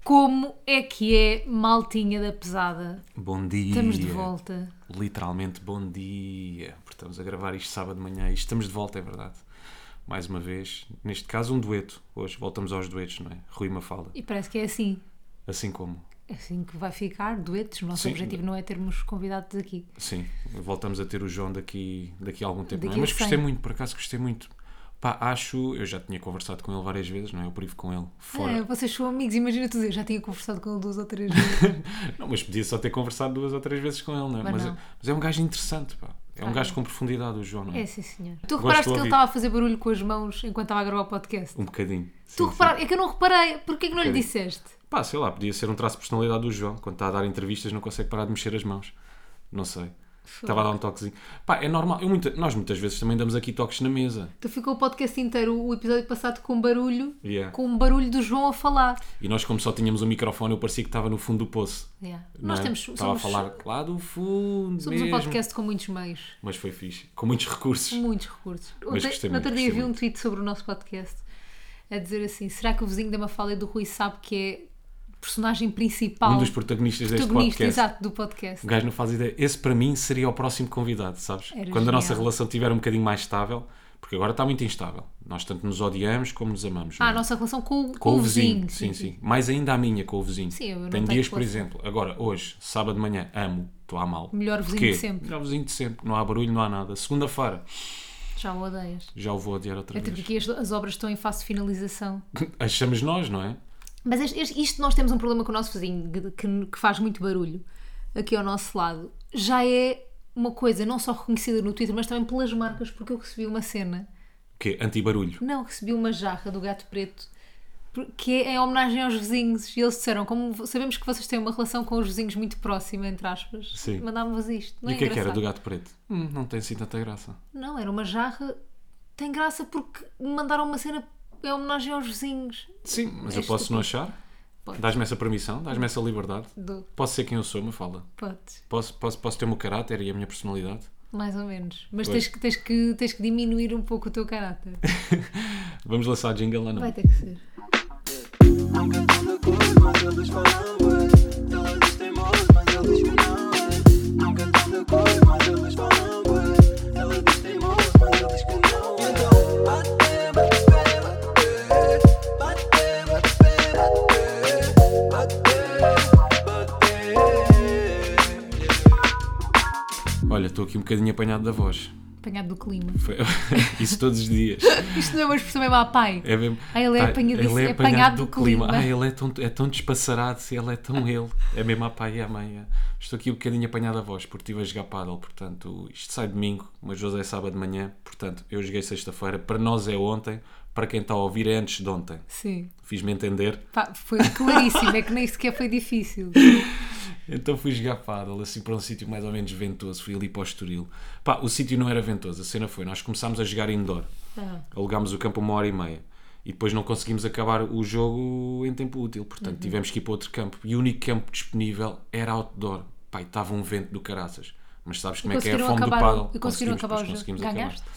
Como é que é, maltinha da pesada? Bom dia. Estamos de volta. Literalmente bom dia. Porque estamos a gravar isto sábado de manhã e estamos de volta, é verdade. Mais uma vez, neste caso um dueto. Hoje voltamos aos duetos, não é? Rui e Mafalda. E parece que é assim. Assim como? É assim que vai ficar, duetos. O nosso Sim. objetivo não é termos convidados aqui. Sim, voltamos a ter o João daqui a algum tempo, não é? Daqui a Mas 100. gostei muito, por acaso gostei muito. Pá, eu já tinha conversado com ele várias vezes, não é? Eu privo com ele fora. É, vocês são amigos, imagina tu dizer, já tinha conversado com ele 2 ou 3 vezes. Não, mas podia só ter conversado 2 ou 3 vezes com ele, não é? Mas não. Mas é um gajo interessante, pá. É um Ah, gajo é. com profundidade, o João, não é? É, sim, senhor. Tu Gosto reparaste de que ele ouvir. estava a fazer barulho com as mãos enquanto estava a gravar o podcast? Um bocadinho. Tu Sim, reparaste, é que eu não reparei. Porquê que não lhe bocadinho. disseste? Pá, sei lá, podia ser um traço de personalidade do João. Quando está a dar entrevistas não consegue parar de mexer as mãos. Não sei. Estava a dar um toquezinho. Pá, é normal. Nós muitas vezes também damos aqui toques na mesa. Tu ficou o podcast inteiro, o episódio passado, com barulho, Yeah. com o barulho do João a falar. E nós, como só tínhamos um microfone, eu parecia que estava no fundo do poço. Yeah. Não Nós é? temos, Estava somos, a falar lá do fundo somos um mesmo. podcast com muitos meios, Mas foi fixe. Com muitos recursos. muitos recursos. Mas gostei No outro muito, dia gostei vi um muito. tweet sobre o nosso podcast a dizer assim: será que o vizinho da Mafalda e do Rui sabe que é personagem principal, Um dos protagonistas deste protagonista, podcast. exato, do podcast? O gajo não faz ideia. Esse para mim seria o próximo convidado, sabes? Era Quando a nossa genial. relação estiver um bocadinho mais estável, porque agora está muito instável. Nós tanto nos odiamos como nos amamos. não Ah, é? a nossa relação com Com o vizinho. vizinho, sim. Mais ainda a minha com o vizinho. Sim, eu não Tenho tenho dias, por relação. exemplo, agora, hoje, sábado de manhã, amo, estou a mal. Melhor vizinho Porquê? de sempre. Melhor vizinho de sempre. Não há barulho, não há nada. Segunda-feira, Já o odeias. já o vou odiar outra É tipo vez. que as obras estão em fase de finalização. Achamos nós, não é? Mas isto nós temos um problema com o nosso vizinho que faz muito barulho aqui ao nosso lado. Já é uma coisa não só reconhecida no Twitter, mas também pelas marcas, porque eu recebi uma cena. O quê? Anti-barulho. Não, recebi uma jarra do Gato Preto que é em homenagem aos vizinhos. E eles disseram, como sabemos que vocês têm uma relação com os vizinhos muito próxima, entre aspas, Sim. mandámos isto. Não E é o que é que era engraçado? do gato preto? Não tem assim tanta graça. Não, era uma jarra. Tem graça porque me mandaram uma cena em homenagem aos vizinhos. Sim, mas É eu posso não estúpido. achar? Podes. Dás-me essa permissão? Dás-me essa liberdade? Dou. Posso ser quem eu sou, Mafalda? Podes. Posso ter o meu caráter e a minha personalidade? Mais ou menos. Mas Pois. tens que diminuir um pouco o teu caráter. Vamos lançar a jingle ou não? Vai ter que ser. Nunca tão de acordo, mas eles falam bué. Ela diz teimoso, mas ele diz que não é. Nunca tão de acordo, mas eles falam bué. Ela diz teimoso, mas ele diz que não é. Então, bate, bate, bate, bate, bate, bate. Olha, estou aqui um bocadinho apanhado da voz. Apanhado do clima. Isso todos os dias. Isto não é uma expressão mesmo à pai. É mesmo. Ah, ele é apanhadíssimo, ele é apanhado do clima. Ah, ele é tão despassarado, ele é tão ele. É mesmo a pai e a mãe. É. Estou aqui um bocadinho apanhado a voz, porque estive a jogar pádel, portanto, isto sai domingo, mas hoje é sábado de manhã, portanto, eu joguei sexta-feira, para nós é ontem, para quem está a ouvir é antes de ontem. Sim. Fiz-me entender. Pá, foi claríssimo, é que nem sequer foi difícil. Então fui jogar pádel, assim, para um sítio mais ou menos ventoso, fui ali para o Estoril. Pá, o sítio não era ventoso, a cena foi, nós começámos a jogar indoor, Ah. alugámos o campo 1h30 e depois não conseguimos acabar o jogo em tempo útil, portanto tivemos que ir para outro campo e o único campo disponível era outdoor. Pá, e estava um vento do caraças, mas sabes como é que é a fome do pádel? E conseguiram acabar o depois jogo. conseguimos acabar. Ganhaste?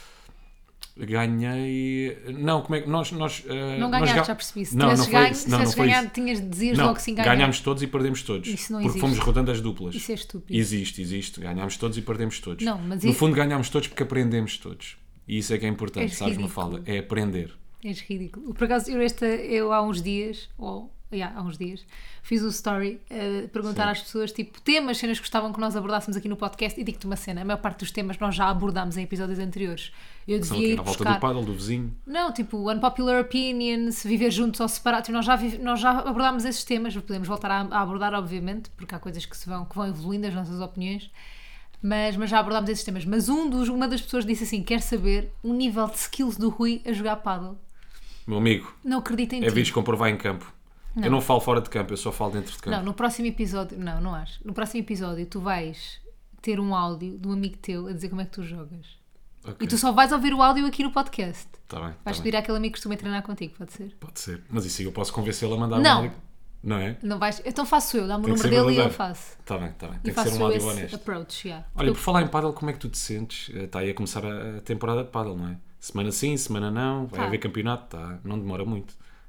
Ganhei. Não, como é que nós Não nós ganhaste, já percebi. Se Não, tivesses não foi ganho, isso. se Não, não tivesses foi ganhado, isso. dizias Não, logo sim ganhar. ganhámos todos e perdemos todos. Isso não porque existe. fomos rodando as duplas. Isso é estúpido. Existe. Ganhámos todos e perdemos todos. Não, mas no isso- fundo ganhámos todos porque aprendemos todos. E isso é que é importante, És sabes, ridículo. Mafalda? É aprender. És ridículo. Por acaso, eu há uns dias, há uns dias, fiz um story a perguntar Sim. às pessoas, tipo, temas, cenas que gostavam que nós abordássemos aqui no podcast, e digo-te uma cena, a maior parte dos temas nós já abordámos em episódios anteriores. Eu São devia aqui ir na volta buscar... do paddle, do vizinho. Não, tipo, unpopular opinions, viver juntos ou separados, nós já abordámos esses temas, podemos voltar a abordar, obviamente, porque há coisas que vão evoluindo, as nossas opiniões, mas já abordámos esses temas. Mas uma das pessoas disse assim, quer saber o nível de skills do Rui a jogar paddle. Meu amigo, Não acredito em é ti. vires comprovar em campo. Eu não falo fora de campo, eu só falo dentro de campo. Não, no próximo episódio, não acho. No próximo episódio tu vais ter um áudio de um amigo teu a dizer como é que tu jogas. Ok, E tu só vais ouvir o áudio aqui no podcast. tá bem, Vais pedir àquele amigo que costuma treinar contigo, pode ser? Pode ser. Mas isso aí eu posso convencê-lo a mandar Não. um áudio. Não é? Não vais? Então faço eu, dá-me o Tem que número ser dele e eu verdadeiro. faço. Tá bem. E Tem que faço ser um eu áudio esse honesto. approach, yeah. Olha, por falar em paddle, como é que tu te sentes? Está aí a começar a temporada de paddle, não é? Semana sim, semana não, vai Tá. haver campeonato, tá? Não demora muito.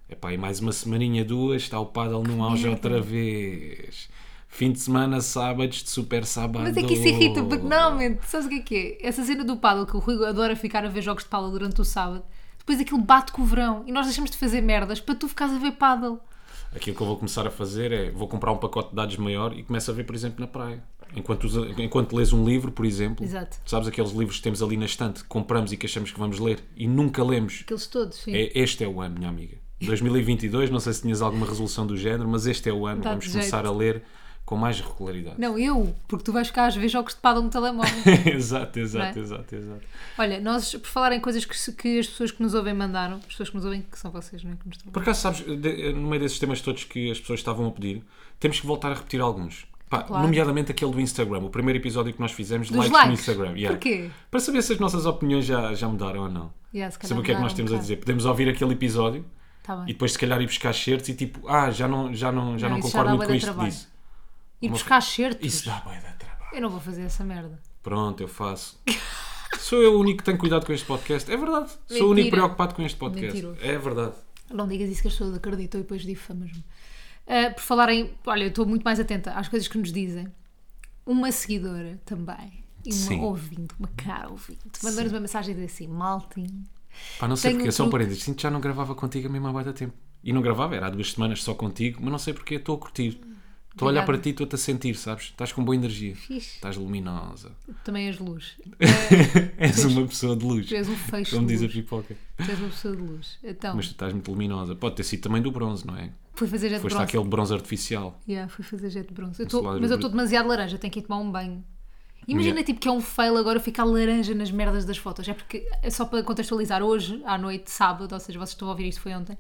Epá, e mais uma semaninha, 2, está o pádel no auge outra vez. Fim de semana, sábados de super sábado. Mas é que isso irrita, porque normalmente, sabes o que é? Essa cena do paddle, que o Rui adora ficar a ver jogos de paddle durante o sábado, depois aquilo bate com o verão e nós deixamos de fazer merdas para tu ficares a ver paddle. Aquilo que eu vou começar a fazer é, vou comprar um pacote de dados maior e começo a ver, por exemplo, na praia. Enquanto lês um livro, por exemplo, Exato. sabes aqueles livros que temos ali na estante, que compramos e que achamos que vamos ler e nunca lemos. Aqueles todos, sim. Este é o ano, minha amiga. 2022, não sei se tinhas alguma resolução do género, mas este é o ano. Dá Vamos de começar jeito. a ler com mais regularidade. Não, porque tu vais ficar a ver jogos de paddle no telemóvel. Exato. Olha, nós, por falar em coisas que as pessoas que nos ouvem mandaram, as pessoas que nos ouvem, que são vocês, não é? Que nos estão a Por acaso, sabes, no meio desses temas todos que as pessoas estavam a pedir, temos que voltar a repetir alguns. Pá, Claro. nomeadamente aquele do Instagram, o primeiro episódio que nós fizemos, Dos likes no likes. Instagram. Yeah. Porquê? Para saber se as nossas opiniões já mudaram ou não. Yeah, se calhar Saber o que é que nós mudaram temos um a dizer. Podemos ouvir aquele episódio Tá bem. e depois se calhar ir buscar certos e tipo, já não isso já concordo dá muito bué com de isto que trabalho. disse. Ir buscar certos. Isso dá bué de trabalho. Eu não vou fazer essa merda. Pronto, eu faço. Sou eu o único que tenho cuidado com este podcast. É verdade. Sou o único Mentira. preocupado com este podcast. Mentiroso. É verdade. Não digas isso que as pessoas acreditam e depois difamas-me. Por falar em... Olha, eu estou muito mais atenta às coisas que nos dizem. Uma seguidora também. E uma Sim. ouvinte, uma cara ouvinte. Mandou-nos uma mensagem e disse assim, Maltinho. Pá, não sei Tenho porque, um só um truque. parênteses. Sinto que já não gravava contigo a mesma há tempo. E não gravava, era há 2 semanas só contigo, mas não sei porque, estou a curtir. Estou a olhar Obrigada. para ti e estou-te a sentir, sabes? Estás com boa energia. Fixe. Estás luminosa. Também és luz. És uma pessoa de luz. Tu és um feixe Como de diz a luz. pipoca. Tu és uma pessoa de luz. Então, Mas tu estás muito luminosa. Pode ter sido também do bronze, não é? fui fazer jet de Foste bronze. aquele bronze artificial. Yeah, fui fazer jet de bronze. lado Mas eu do- estou demasiado laranja, tenho que ir tomar um banho. Imagina Yeah. tipo que é um fail agora ficar laranja nas merdas das fotos. É porque, é só para contextualizar, hoje, à noite, sábado, ou seja, vocês estão a ouvir isto, foi ontem,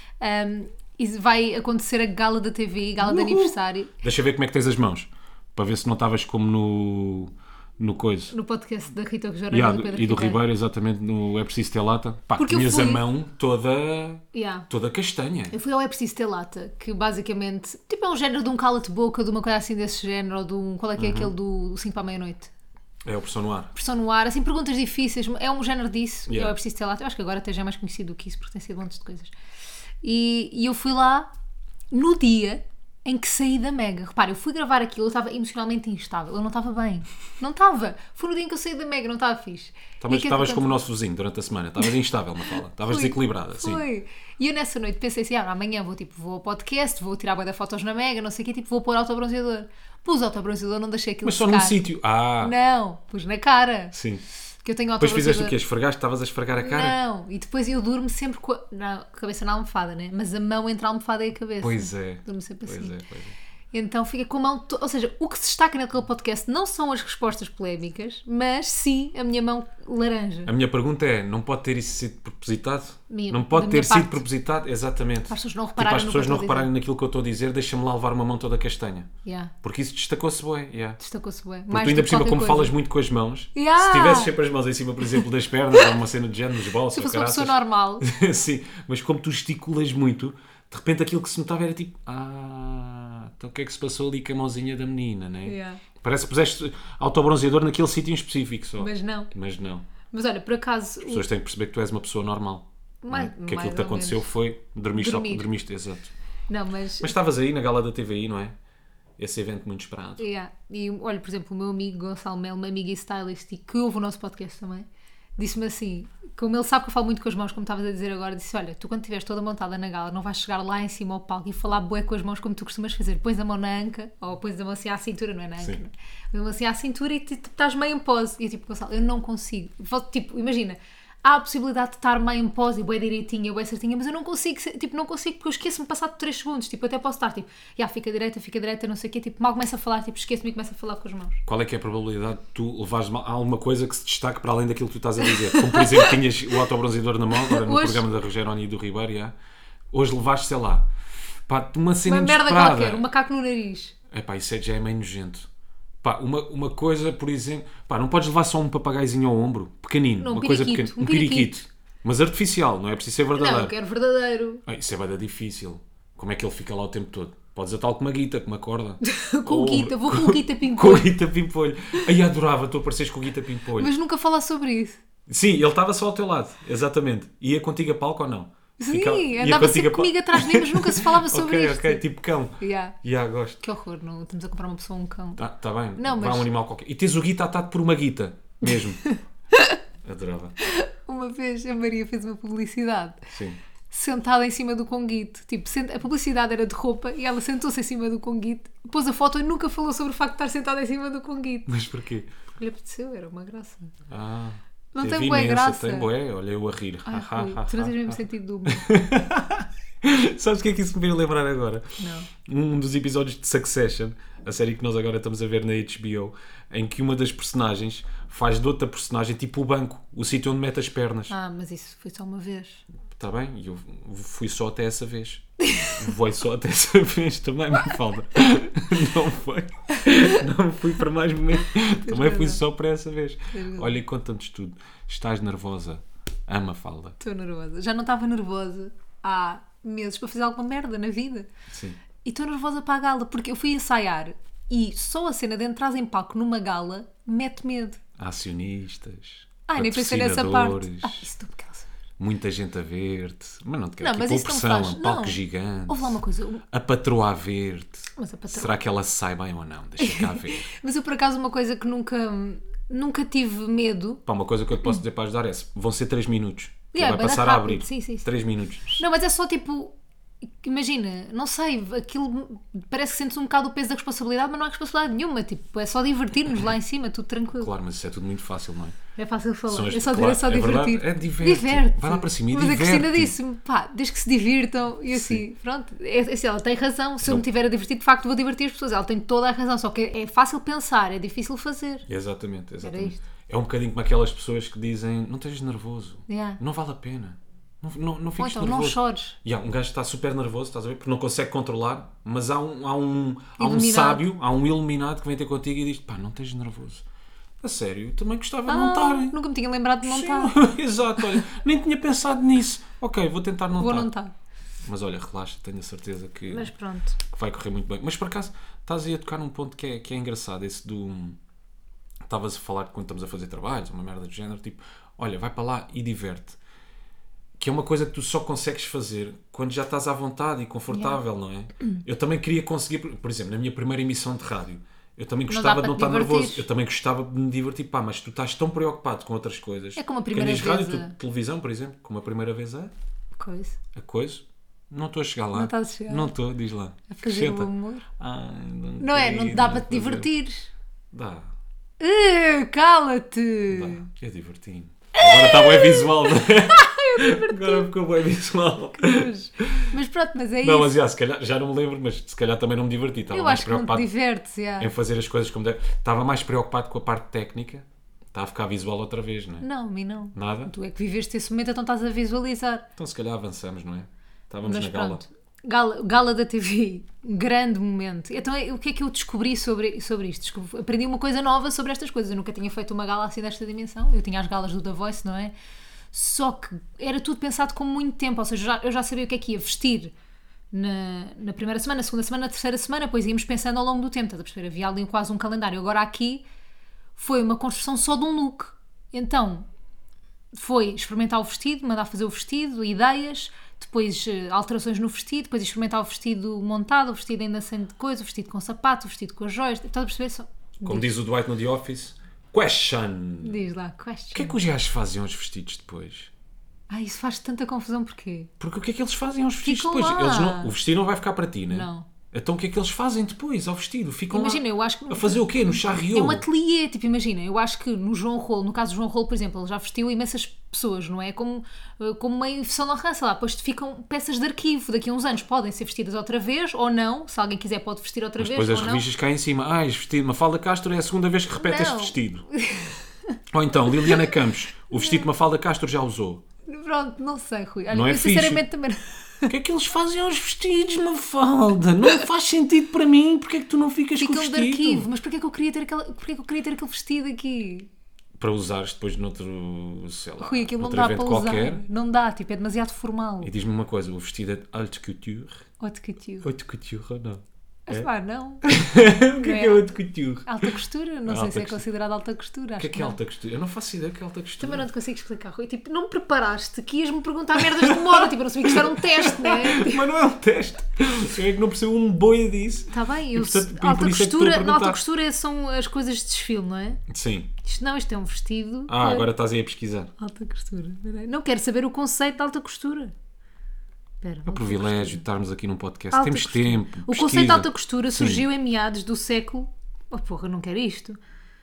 e vai acontecer a gala da TV, gala de aniversário, Deixa eu ver como é que tens as mãos. Para ver se não estavas como no coisa. no podcast da Rita Rojora Yeah, e do Pedro e do Ribeiro, exatamente, no É Preciso Ter Lata. Pá, Porque eu tinhas fui- a mão toda Yeah. castanha. Eu fui ao É Preciso Ter Lata, que basicamente tipo, é um género de um cala-te-boca, de uma coisa assim desse género, ou de um. Qual é que é aquele do 5 para a meia-noite? É a pressão no ar. Pressão no ar, assim, perguntas difíceis, é um género disso. Yeah. Eu é preciso ter lá. Eu acho que agora até já é mais conhecido do que isso, porque tem sido montes de coisas. E eu fui lá no dia em que saí da Mega. Repara, eu fui gravar aquilo, eu estava emocionalmente instável, eu não estava bem. Não estava. Foi no dia em que eu saí da Mega, não estava fixe. E Estavas que como o nosso vizinho durante a semana. Estavas instável, Mafalda. Estavas Foi, desequilibrada, sim. Foi. E eu nessa noite pensei assim, amanhã vou ao podcast, vou tirar bué de fotos na Mega, não sei o quê, tipo, vou pôr autobronzeador. Pus autobronzeador, não deixei aquilo Mas só secar. num sítio. Não, pus na cara. Sim. Que eu tenho Depois fizeste o autobronzeador. quê? Esfregaste? Estavas a esfregar a cara? Não, e depois eu durmo sempre com a cabeça na almofada, né? Mas a mão entre a almofada e a cabeça. Pois é. Durmo sempre Pois assim. é, pois é. Então fica com a mão. Ou seja, o que se destaca naquele podcast não são as respostas polémicas, mas sim a minha mão laranja. A minha pergunta é, não pode ter isso sido propositado? Minha- Não pode da ter minha sido parte. propositado? Exatamente. Para as pessoas não Tipo, repararem as no pessoas que eu não estou a repararem dizer. naquilo que eu estou a dizer, deixa-me lá levar uma mão toda castanha. Yeah, Porque isso destacou-se bem. Yeah. destacou-se bem. Porque tu ainda por cima, como falas muito com as mãos, Yeah. se tivesses sempre as mãos em cima, por exemplo, das pernas, ou uma cena de género, nos bolsos, Se eu ou fosse uma pessoa caraças. normal. Sim, mas como tu gesticulas muito, de repente aquilo que se notava era tipo, então o que é que se passou ali com a mãozinha da menina, né? Yeah. Parece que puseste autobronzeador naquele sítio em específico só. Mas não. Mas não. Mas olha, por acaso. As pessoas têm que perceber que tu és uma pessoa normal. Mais- não é? Que aquilo mais que te ou aconteceu menos. foi dormiste, Dormir. dormiste, exato. Não, mas. Mas estavas aí na gala da TVI, não é? Esse evento muito esperado. Yeah. E olha, por exemplo, o meu amigo Gonçalo Melo, uma amiga e stylist, e que ouve o nosso podcast também, disse-me assim, como ele sabe que eu falo muito com as mãos, como estavas a dizer agora, disse: olha, tu quando estiveres toda montada na gala, não vais chegar lá em cima ao palco e falar bué com as mãos como tu costumas fazer. Pões a mão na anca, ou pões a mão assim à cintura, não é na anca, Sim. não é? Pões a mão assim à cintura e tipo, estás meio em pose. E eu tipo, Gonçalo, eu não consigo. Tipo, imagina, há a possibilidade de estar meio em pose e bué direitinha, bué certinha, mas eu não consigo, tipo, não consigo porque eu esqueço-me passado de 3 segundos. Tipo, eu até posso estar tipo, fica direita, não sei o quê, tipo, mal começa a falar, tipo, esqueço-me e começo a falar com as mãos. Qual é que é a probabilidade de tu levares alguma coisa que se destaque para além daquilo que tu estás a dizer? Como, por exemplo, tinhas o autobronzeador na mão, agora no Hoje- programa da Rogeroni e do Ribeiro, já. Hoje levaste, sei lá, pá, uma cena Uma merda inesperada. qualquer, um macaco no nariz. Epá, isso já é meio nojento. Pá, uma coisa, por exemplo, pá, não podes levar só um papagaizinho ao ombro, pequenino, Não, uma um coisa periquito, pequena, um periquito. Mas artificial, não é preciso ser verdadeiro. Não, eu quero verdadeiro. Isso é bada difícil. Como é que ele fica lá o tempo todo? Podes atá-lo com uma guita, com uma corda. Com Ou- o guita, vou com o guita Com o pimpolho. guita pimpolho. Ai, adorava, tu apareces com o guita pimpolho. Mas nunca falar sobre isso. Sim, ele estava só ao teu lado, exatamente. Ia contigo a palco ou não? Sim, ia andava contigo sempre a comigo atrás de mim, mas nunca se falava sobre isto. Ok, tipo cão. Yeah. Gosto. Que horror, não estamos a comprar uma pessoa um cão. Tá bem, Não, vai mas- um animal qualquer. E tens o guita atado por uma guita, mesmo. Adorava. Uma vez a Maria fez uma publicidade Sim. sentada em cima do conguito. Tipo, a publicidade era de roupa e ela sentou-se em cima do conguito, pôs a foto e nunca falou sobre o facto de estar sentada em cima do conguito. Mas porquê? Lhe apeteceu, era uma graça. Ah, Não teve tem bué imensa, graça. Tem bué, olha eu a rir. Ai, Rui, tu não tens mesmo sentido do humor. Sabes o que é que isso me veio lembrar agora? Não. Um dos episódios de Succession, a série que nós agora estamos a ver na HBO, em que uma das personagens faz de outra personagem tipo o banco, o sítio onde mete as pernas. Ah, mas isso foi só uma vez. Está bem? E eu fui só até essa vez. Vou só até essa vez também, me falta. Não foi. Não fui para mais momentos. Também fui razão. só para essa vez. razão. Olha, e conta-nos tudo. Estás nervosa? Ama falda. Estou nervosa. Já não estava nervosa há meses para fazer alguma merda na vida. Sim. E estou nervosa para a gala, porque eu fui ensaiar e só a cena de entrar em palco numa gala mete medo. Acionistas. Ai, nem pensei nessa parte. patrocinadores, Ah, isso tu quero saber. muita gente a ver-te. Mas não te quero Não, aqui mas pôr isso não pressão, faz. um palco Não. gigante. Houve lá uma coisa. A patroa a ver-te. Mas a patroa- Será que ela sai bem ou não? Deixa cá ver. Mas eu, por acaso, uma coisa que nunca tive medo. Pá, uma coisa que eu te posso dizer para ajudar é vão ser 3 minutos. Que Yeah, vai bué da passar a rápido. abrir. Sim, sim, sim. 3 minutos. Não, mas é só tipo. Imagina, não sei, aquilo parece que sentes um bocado o peso da responsabilidade, mas não é responsabilidade nenhuma. Tipo, é só divertir-nos lá em cima, tudo tranquilo. Claro, mas isso é tudo muito fácil, não é? É fácil falar, São as- é só dizer, claro, é só é divertir. verdade, é diverte. Vai lá para cima e Mas a diverte. Cristina disse-me, pá, desde que se divirtam, e assim, pronto, assim, ela tem razão, se eu me tiver a divertir, de facto vou divertir as pessoas, ela tem toda a razão, só que é fácil pensar, é difícil fazer. Exatamente, exatamente. isto. É um bocadinho como aquelas pessoas que dizem não estejas nervoso. Yeah. Não vale a pena. Não Ou fiques então, nervoso. não chores. Um gajo está super nervoso, estás a ver? Porque não consegue controlar, mas há um Iluminado. sábio, há um iluminado que vem ter contigo e diz: pá, não estejas nervoso. A sério, também gostava de não estar. Nunca me tinha lembrado de não Sim, estar. Exato, olha, nem tinha pensado nisso. Ok, vou tentar não Vou estar. não estar. Mas olha, relaxa, tenho a certeza que Mas pronto. vai correr muito bem. Mas por acaso, estás aí a tocar num ponto que é engraçado, esse do. Estavas a falar quando estamos a fazer trabalhos, uma merda do género, tipo, olha, vai para lá e diverte. Que é uma coisa que tu só consegues fazer quando já estás à vontade e confortável, não é? Eu também queria conseguir, por exemplo, na minha primeira emissão de rádio, eu também Não gostava dá de não para estar te divertir. nervoso. Eu também gostava de me divertir, pá, mas tu estás tão preocupado com outras coisas. É como a Quem primeira diz rádio, vez, televisão, por exemplo, como a primeira vez é Coisa. a coisa. Não estou a chegar lá. Não estás a chegar. Não estou, diz lá. A fazer Acrescenta. o amor. Ai, Não é? Não dá para te fazer. divertir. Dá. Cala-te! Eu diverti-me. Agora está bem visual. Agora ficou bem visual. Mas pronto, mas é Não, isso. mas já, se calhar, já não me lembro, mas se calhar também não me diverti. Estava Eu mais acho que não te preocupado divertes, já. em fazer as coisas como deve. Estava mais preocupado com a parte técnica. Está a ficar visual outra vez, não é? Não, a mim não. Nada? Tu é que viveste esse momento, então estás a visualizar. Então se calhar avançamos, não é? Estávamos Mas na gala. pronto. Gala da TV, grande momento. Então, o que é que eu descobri sobre isto? Aprendi uma coisa nova sobre estas coisas. Eu nunca tinha feito uma gala assim desta dimensão. Eu tinha as galas do The Voice, não é? Só que era tudo pensado com muito tempo. Ou seja, eu já sabia o que é que ia vestir na primeira semana, na segunda semana, na terceira semana. Depois íamos pensando ao longo do tempo. Estás a perceber? Havia ali quase um calendário. Agora aqui foi uma construção só de um look. Então, foi experimentar o vestido, mandar fazer o vestido, ideias, depois alterações no vestido, depois experimentar o vestido montado, o vestido ainda sem coisa, o vestido com sapato, o vestido com as joias. Estás a perceber? Só... Como diz o Dwight no The Office, question! Diz lá, question. O que é que os gajos fazem aos vestidos depois? Ai, isso faz tanta confusão, porquê? Porque o que é que eles fazem aos vestidos Ficam depois? lá. Eles não, o vestido não vai ficar para ti, né? Não. Então o que é que eles fazem depois ao vestido? Ficam Imagina, lá eu acho que... a fazer o quê? No charriot? É um ateliê, tipo, imagina, eu acho que no João Rolo, no caso do João Rolo, por exemplo, ele já vestiu imensas pessoas, não é? Como meio São Laurent, sei lá, depois ficam peças de arquivo, daqui a uns anos podem ser vestidas outra vez, ou não, se alguém quiser pode vestir outra Mas vez, depois as ou não. revistas cá em cima. Este vestido, Mafalda Castro é a segunda vez que repete Não. este vestido. Ou então, Liliana Campos, o vestido de Mafalda Castro já usou. Pronto, não sei, Rui. Olha, Não é eu fixe. sinceramente também... O que é que eles fazem aos vestidos, Mafalda? Não faz sentido para mim. Porque é que tu não ficas com o Ficam de vestido? arquivo, mas porquê é que eu queria ter aquele vestido aqui? Para usares depois noutro, sei lá, Rui, aquilo não noutro dá evento para usar. qualquer. Não dá, tipo, é demasiado formal. E diz-me uma coisa, o vestido é de haute couture? Haute couture. Haute couture ou não? Pá, não. O que é haute couture? Alta costura? Não sei Alta se é costura. considerado alta costura. O Acho que é não. alta costura? Eu não faço ideia do que é alta costura. Também não te consigo explicar, Rui. Tipo, não me preparaste que ias-me perguntar merdas de moda. Tipo, eu não sabia que isto era um teste, né? Mas não é um teste. Eu é que não percebo um boi disso. Está bem, eu, portanto, por alta isso é que estou a costura, na alta perguntar. costura são as coisas de desfile, não é? Sim. Isto é um vestido. Ah, de agora estás aí a pesquisar. alta costura. Peraí. Não quero saber o conceito de alta costura. Espera, É um privilégio de estarmos aqui num podcast. Alta Temos costura. tempo. O conceito de alta costura surgiu em meados do século. Oh porra, não quero isto.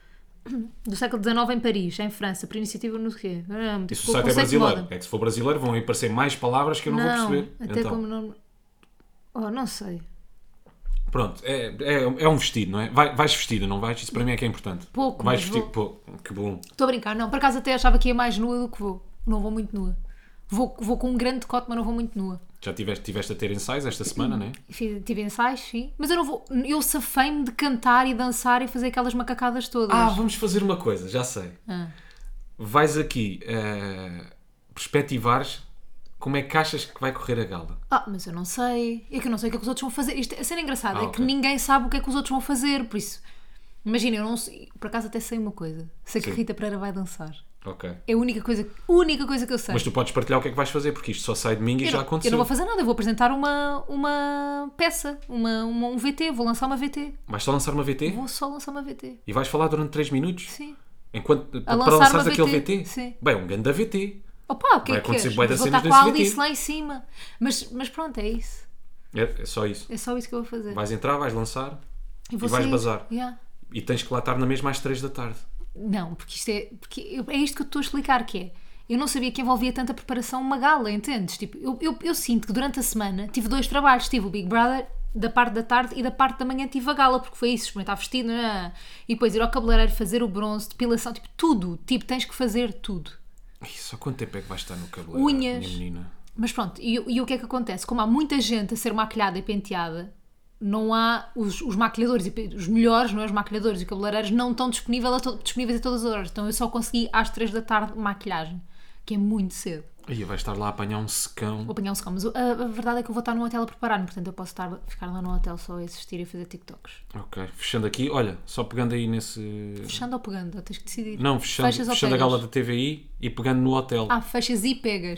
Do século XIX em Paris, em França, por iniciativa no quê? Isso o site é brasileiro. É que se for brasileiro vão aparecer mais palavras que eu não vou perceber. Até Então, como não. Oh, não sei. pronto, é um vestido, não é? Vais vestida, não vais? Isso para mim é que é importante. Pouco, Vais mas vestido. Pô, que bom. Estou a brincar, não. Por acaso até achava que ia mais nua do que vou. Não vou muito nua. Vou com um grande decote, mas não vou muito nua. Já tiveste a ter ensaios esta semana, não é? Tive ensaios, sim. Mas eu não vou. Eu safei-me de cantar e dançar e fazer aquelas macacadas todas. Ah, vamos fazer uma coisa, já sei. Ah. Vais aqui perspectivares como é que achas que vai correr a gala. Mas eu não sei. É que eu não sei o que é que os outros vão fazer. Isto, a cena engraçada é que ok. ninguém sabe o que é que os outros vão fazer. Por isso, imagina, eu não sei. Por acaso até sei uma coisa. Sei que Sim. Rita Pereira vai dançar. Ok. É a única coisa que eu sei. Mas tu podes partilhar o que é que vais fazer, porque isto só sai domingo e eu, já não, aconteceu. eu não vou fazer nada. Eu vou apresentar uma peça. Um VT. Vou lançar uma VT. Vais só lançar uma VT? Vou só lançar uma VT. E vais falar durante 3 minutos? Sim. Para lançar lançares uma aquele VT? VT? Sim. Bem, um grande VT. Opa, o que Vai é que acontecer queres? bué das Vou cenas estar com a nesse Alice VT. lá em cima. Mas pronto, é isso. É só isso. É só isso que eu vou fazer. Vais entrar, vais lançar E vou e vais sair. bazar. Yeah. E tens que lá estar na mesma às 3 da tarde. Não, porque isto é. É isto que eu estou a explicar que é. Eu não sabia que envolvia tanta preparação uma gala, entendes? Tipo, eu sinto que durante a semana tive 2 trabalhos. Tive o Big Brother da parte da tarde e da parte da manhã tive a gala, porque foi isso, experimentar vestido, e depois ir ao cabeleireiro, fazer o bronze, depilação, tipo, tudo. Tipo, tens que fazer tudo. Ih, só quanto tempo é que vais estar no cabeleireiro, Unhas. minha menina? Mas pronto, e o que é que acontece? Como há muita gente a ser maquilhada e penteada, não há os maquilhadores, os melhores, não é? Os maquilhadores e cabeleireiros não estão disponíveis a todas as horas. Então eu só consegui às 3 da tarde maquilhagem, que é muito cedo. Aí vais estar lá a apanhar um secão. Vou apanhar um secão, mas a verdade é que eu vou estar num hotel a preparar-me, portanto eu posso ficar lá no hotel só a assistir e a fazer TikToks. Ok, fechando aqui, olha, só pegando aí nesse... Fechando ou pegando? Tens que decidir. Não, fechando Fechas ou a pegas? gala da TVI e pegando no hotel. Fechas e pegas.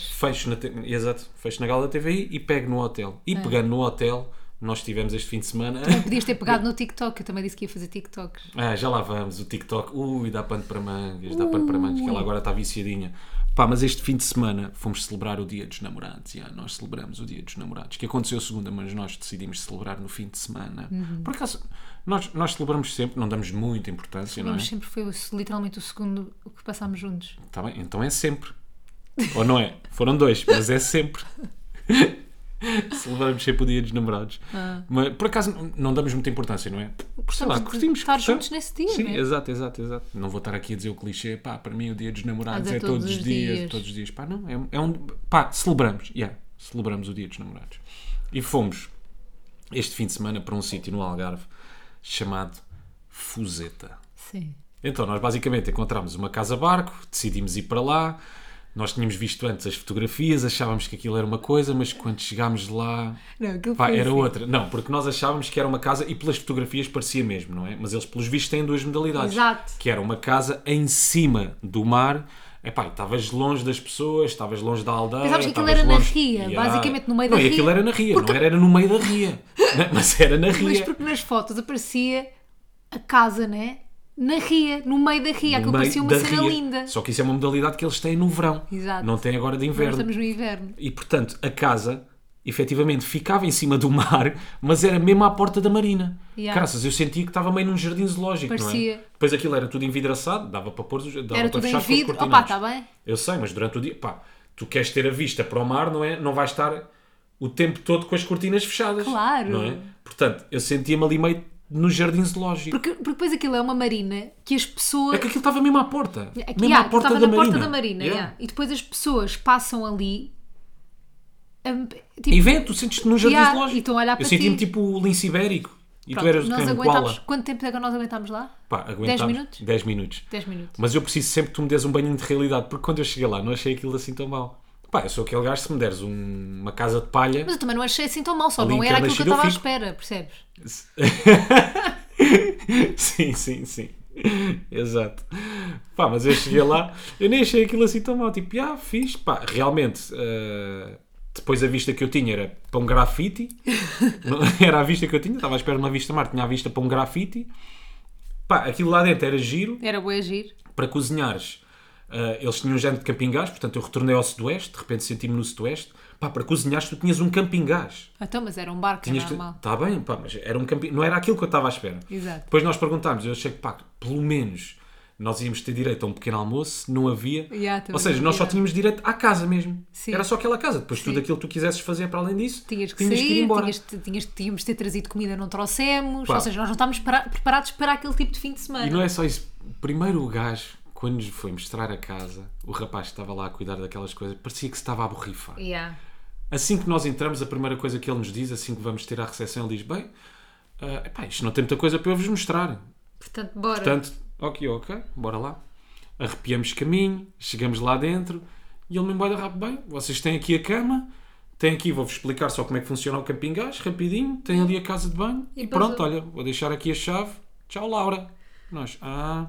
Fecho na gala da TVI e pego no hotel. E pegando no hotel, nós tivemos este fim de semana... Podias ter pegado no TikTok, eu também disse que ia fazer TikToks. Já lá vamos, o TikTok. Dá pano para mangas, que ela agora está viciadinha. Pá, mas este fim de semana fomos celebrar o Dia dos Namorados. Nós celebramos o Dia dos Namorados, que aconteceu segunda, mas nós decidimos celebrar no fim de semana. Por acaso, nós celebramos sempre, não damos muita importância, não é? Mas sempre foi literalmente o segundo que passámos juntos. Tá bem, então é sempre. Ou não é? Foram 2, mas é sempre. Celebramos sempre o Dia dos Namorados. Mas por acaso não damos muita importância, não é? Sei lá, curtimos estar juntos nesse dia, Sim, não é? exato. Não vou estar aqui a dizer o clichê, pá, para mim o Dia dos Namorados é todos os dias. Todos os dias. Pá, não, pá, celebramos. Celebramos o Dia dos Namorados. E fomos este fim de semana para um sítio no Algarve chamado Fuseta. Sim. Então nós basicamente encontramos uma casa-barco, decidimos ir para lá. Nós tínhamos visto antes as fotografias, achávamos que aquilo era uma coisa, mas quando chegámos lá, Não, aquilo pá, foi era assim. outra. Não, porque nós achávamos que era uma casa e pelas fotografias parecia mesmo, não é? Mas eles pelos vistos têm 2 modalidades. Exato. Que era uma casa em cima do mar. Epá, estavas longe das pessoas, estavas longe da aldeia. Pensavas que aquilo estavas era na longe... ria, basicamente no meio da não, ria. E aquilo era na ria, não era no meio da ria. Mas era na Mas ria. porque nas fotos aparecia a casa, né? Na ria, no meio da ria, aquilo No meio parecia uma da cena ria. linda. Só que isso é uma modalidade que eles têm no verão. Exato. Não têm agora de Nós inverno. estamos no inverno. E portanto, a casa, efetivamente, ficava em cima do mar, mas era mesmo à porta da marina. Yeah. Graças, eu sentia que estava meio num jardim zoológico, não é? Parecia. Depois aquilo era tudo envidraçado, dava para pôr, dava Era para tudo em fechar com os vidro. Opa, cortinados. está bem? Eu sei, mas durante o dia, pá, tu queres ter a vista para o mar, não é? Não vais estar o tempo todo com as cortinas fechadas. Claro. Não é? Portanto, eu sentia-me ali meio no jardim zoológico. Porque depois aquilo é uma marina que as pessoas... É que aquilo estava mesmo à porta. Aqui, Mesmo à porta estava da na marina. porta da marina. Yeah. Yeah. E depois as pessoas passam ali... tipo, E vem, tu sentes-te num jardim Yeah, zoológico. e estão a olhar para eu senti-me ti. tipo o lince ibérico. E pronto, tu eras nós quem? Um aguentámos... koala? Quanto tempo é que nós aguentámos lá? Pá, aguentámos 10 minutos? 10 minutos. 10 minutos. Mas eu preciso sempre que tu me des um banho de realidade, porque quando eu cheguei lá não achei aquilo assim tão mal. Pá, eu sou aquele gajo, se me deres uma casa de palha... Mas eu também não achei assim tão mal, só Ali não em era aquilo que eu Carnaxide eu estava à fico. espera, percebes? Sim. Exato. Pá, mas eu cheguei lá, eu nem achei aquilo assim tão mal. Tipo, fixe. Pá, realmente, depois a vista que eu tinha era para um grafite. Não, era a vista que eu tinha, estava à espera de uma vista mar, tinha a vista para um grafite. Pá, aquilo lá dentro era giro. Era bué giro. Para cozinhares, eles tinham um género de camping gás, portanto eu retornei ao sudoeste, de repente senti-me no sudoeste. Pá, para cozinhares tu tinhas um camping gás. Então, mas era um bar que é normal. Está bem, pá, mas era um camping, não era aquilo que eu estava à espera. Exato. Depois nós perguntámos, eu achei que, pá, pelo menos nós íamos ter direito a um pequeno almoço, não havia. Yeah, ou seja, não nós só havia. tínhamos direito à casa mesmo. Sim. Era só aquela casa. Depois Sim. tudo aquilo que tu quisesses fazer para além disso, Tinhas que tinhas sair, que ir embora. tínhamos de ter trazido comida, não trouxemos. Pá. Ou seja, nós não estávamos preparados para aquele tipo de fim de semana. E não é só isso. Primeiro o gajo, quando nos foi mostrar a casa, o rapaz que estava lá a cuidar daquelas coisas, parecia que se estava a borrifar. Yeah. Assim que nós entramos, a primeira coisa que ele nos diz, assim que vamos ter à recepção, ele diz, bem, epá, isto não tem muita coisa para eu vos mostrar. Portanto, bora. Portanto, ok, bora lá. Arrepiamos caminho, chegamos lá dentro e ele me embora rápido, bem, vocês têm aqui a cama, têm aqui, vou-vos explicar só como é que funciona o camping gás, rapidinho, têm ali a casa de banho E e depois pronto, olha, vou deixar aqui a chave, tchau Laura. Nós,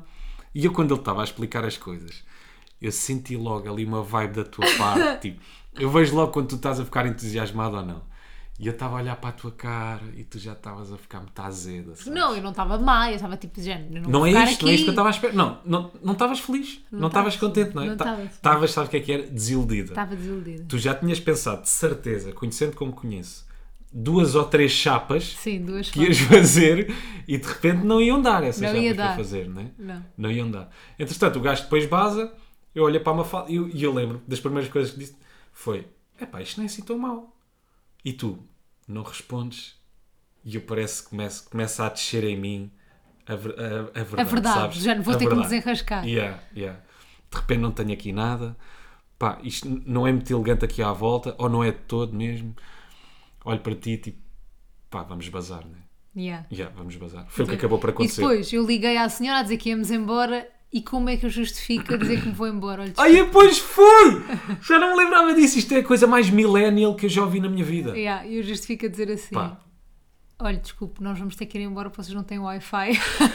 E eu quando ele estava a explicar as coisas, eu senti logo ali uma vibe da tua parte, tipo, eu vejo logo quando tu estás a ficar entusiasmado ou não. E eu estava a olhar para a tua cara e tu já estavas a ficar muito azeda. Sabes? Não, eu não estava má, eu estava tipo de género. Não é ficar isto, não é isto que eu aqui. estava à espera. Não estavas feliz, não estavas contente, não é? Não estava. Estavas, sabes o que é que era? Desiludida. Estava desiludida. Tu já tinhas pensado, de certeza, conhecendo como conheço, 2 ou 3 chapas Sim, duas que ias fazer e de repente não iam dar essas Não chapas ia para dar. fazer, não é? Não. Iam dar. Entretanto, o gajo depois baza, eu olhei para a Mafalda e eu lembro das primeiras coisas que disse foi, epá, isto não é assim tão mau. E tu não respondes e eu parece que começa a descer em mim a verdade, A verdade, sabes? já não vou A ter que me verdade. desenrascar. Yeah. De repente não tenho aqui nada. Pá, isto não é muito elegante aqui à volta, ou não é de todo mesmo. Olho para ti tipo, pá, vamos bazar, não é? Yeah. Vamos bazar. Foi o que acabou por E acontecer. depois eu liguei à senhora a dizer que íamos embora e como é que eu justifico a dizer que me vou embora? Olha, Ai, depois foi! Já não me lembrava disso. Isto é a coisa mais millennial que eu já ouvi na minha vida. yeah, eu justifico a dizer assim: Pá, olha, desculpe, nós vamos ter que ir embora porque vocês não têm Wi-Fi.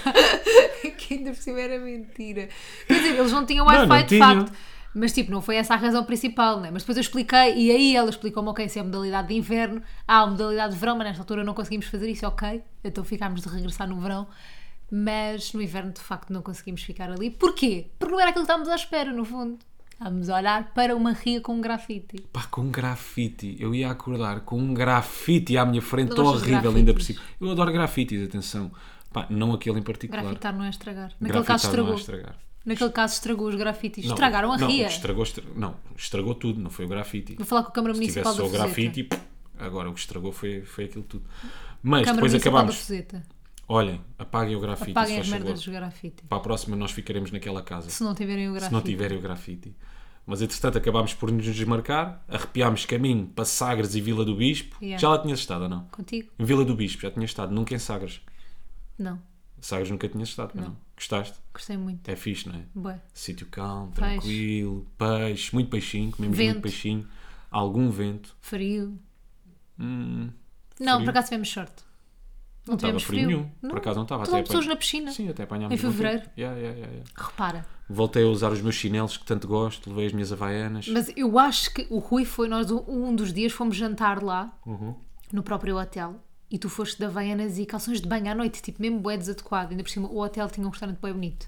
Que ainda por cima era mentira. Quer dizer, eles não tinham Wi-Fi não de tinham. facto. Mas tipo, não foi essa a razão principal, né? Mas depois eu expliquei e aí ela explicou-me, ok, se é a modalidade de inverno, a modalidade de verão, mas nesta altura não conseguimos fazer isso, ok. Então ficámos de regressar no verão. Mas no inverno, de facto, não conseguimos ficar ali. Porquê? Porque não era aquilo que estávamos à espera, no fundo. Estávamos a olhar para uma ria com um grafite. pá, com grafite. Eu ia acordar com um grafite à minha frente, Não tão gostas de horrível ainda por grafites? cima. Eu adoro grafites, atenção. Pá, não aquele em particular. Grafitar não é estragar. Naquele caso Grafitar não é estragou. estragar. Naquele caso estragou os grafites. Não, Estragaram a não, ria. o que estragou tudo, não foi o grafite. Vou falar com a Câmara Se Municipal tivesse da só o Fuseta. grafite, agora o que estragou foi aquilo tudo. Mas Câmara depois Municipal da acabámos. Fuseta. Olhem, apaguem o grafite, Apaguem se as faz merdas favor. dos grafites. Para a próxima nós ficaremos naquela casa. Se não tiverem o Se grafite. não tiverem o grafite. Mas entretanto acabámos por nos desmarcar, arrepiámos caminho para Sagres e Vila do Bispo. Yeah. Já lá tinhas estado ou não? Contigo? Em Vila do Bispo já tinhas estado, nunca em Sagres. Não. Sagres nunca tinhas estado, não. Gostaste? Gostei muito. É fixe, não é? Bué. Sítio calmo, Peixe. tranquilo, peixe, muito peixinho, comemos Vento. muito peixinho, algum vento. Frio. Não, frio. por acaso tivemos sorte. Não Estava tivemos frio nenhum, Não. por acaso não estava. Estavam até pessoas apanha- na piscina. Sim, até apanhámos Em bom fevereiro. tempo. Yeah. Repara. Voltei a usar os meus chinelos que tanto gosto, levei as minhas havaianas. Mas eu acho que o Rui foi, nós um dos dias fomos jantar lá, Uhum. no próprio hotel, e tu foste de havaianas e calções de banho à noite, tipo mesmo bué desadequado. Ainda por cima o hotel tinha um restaurante bué bonito.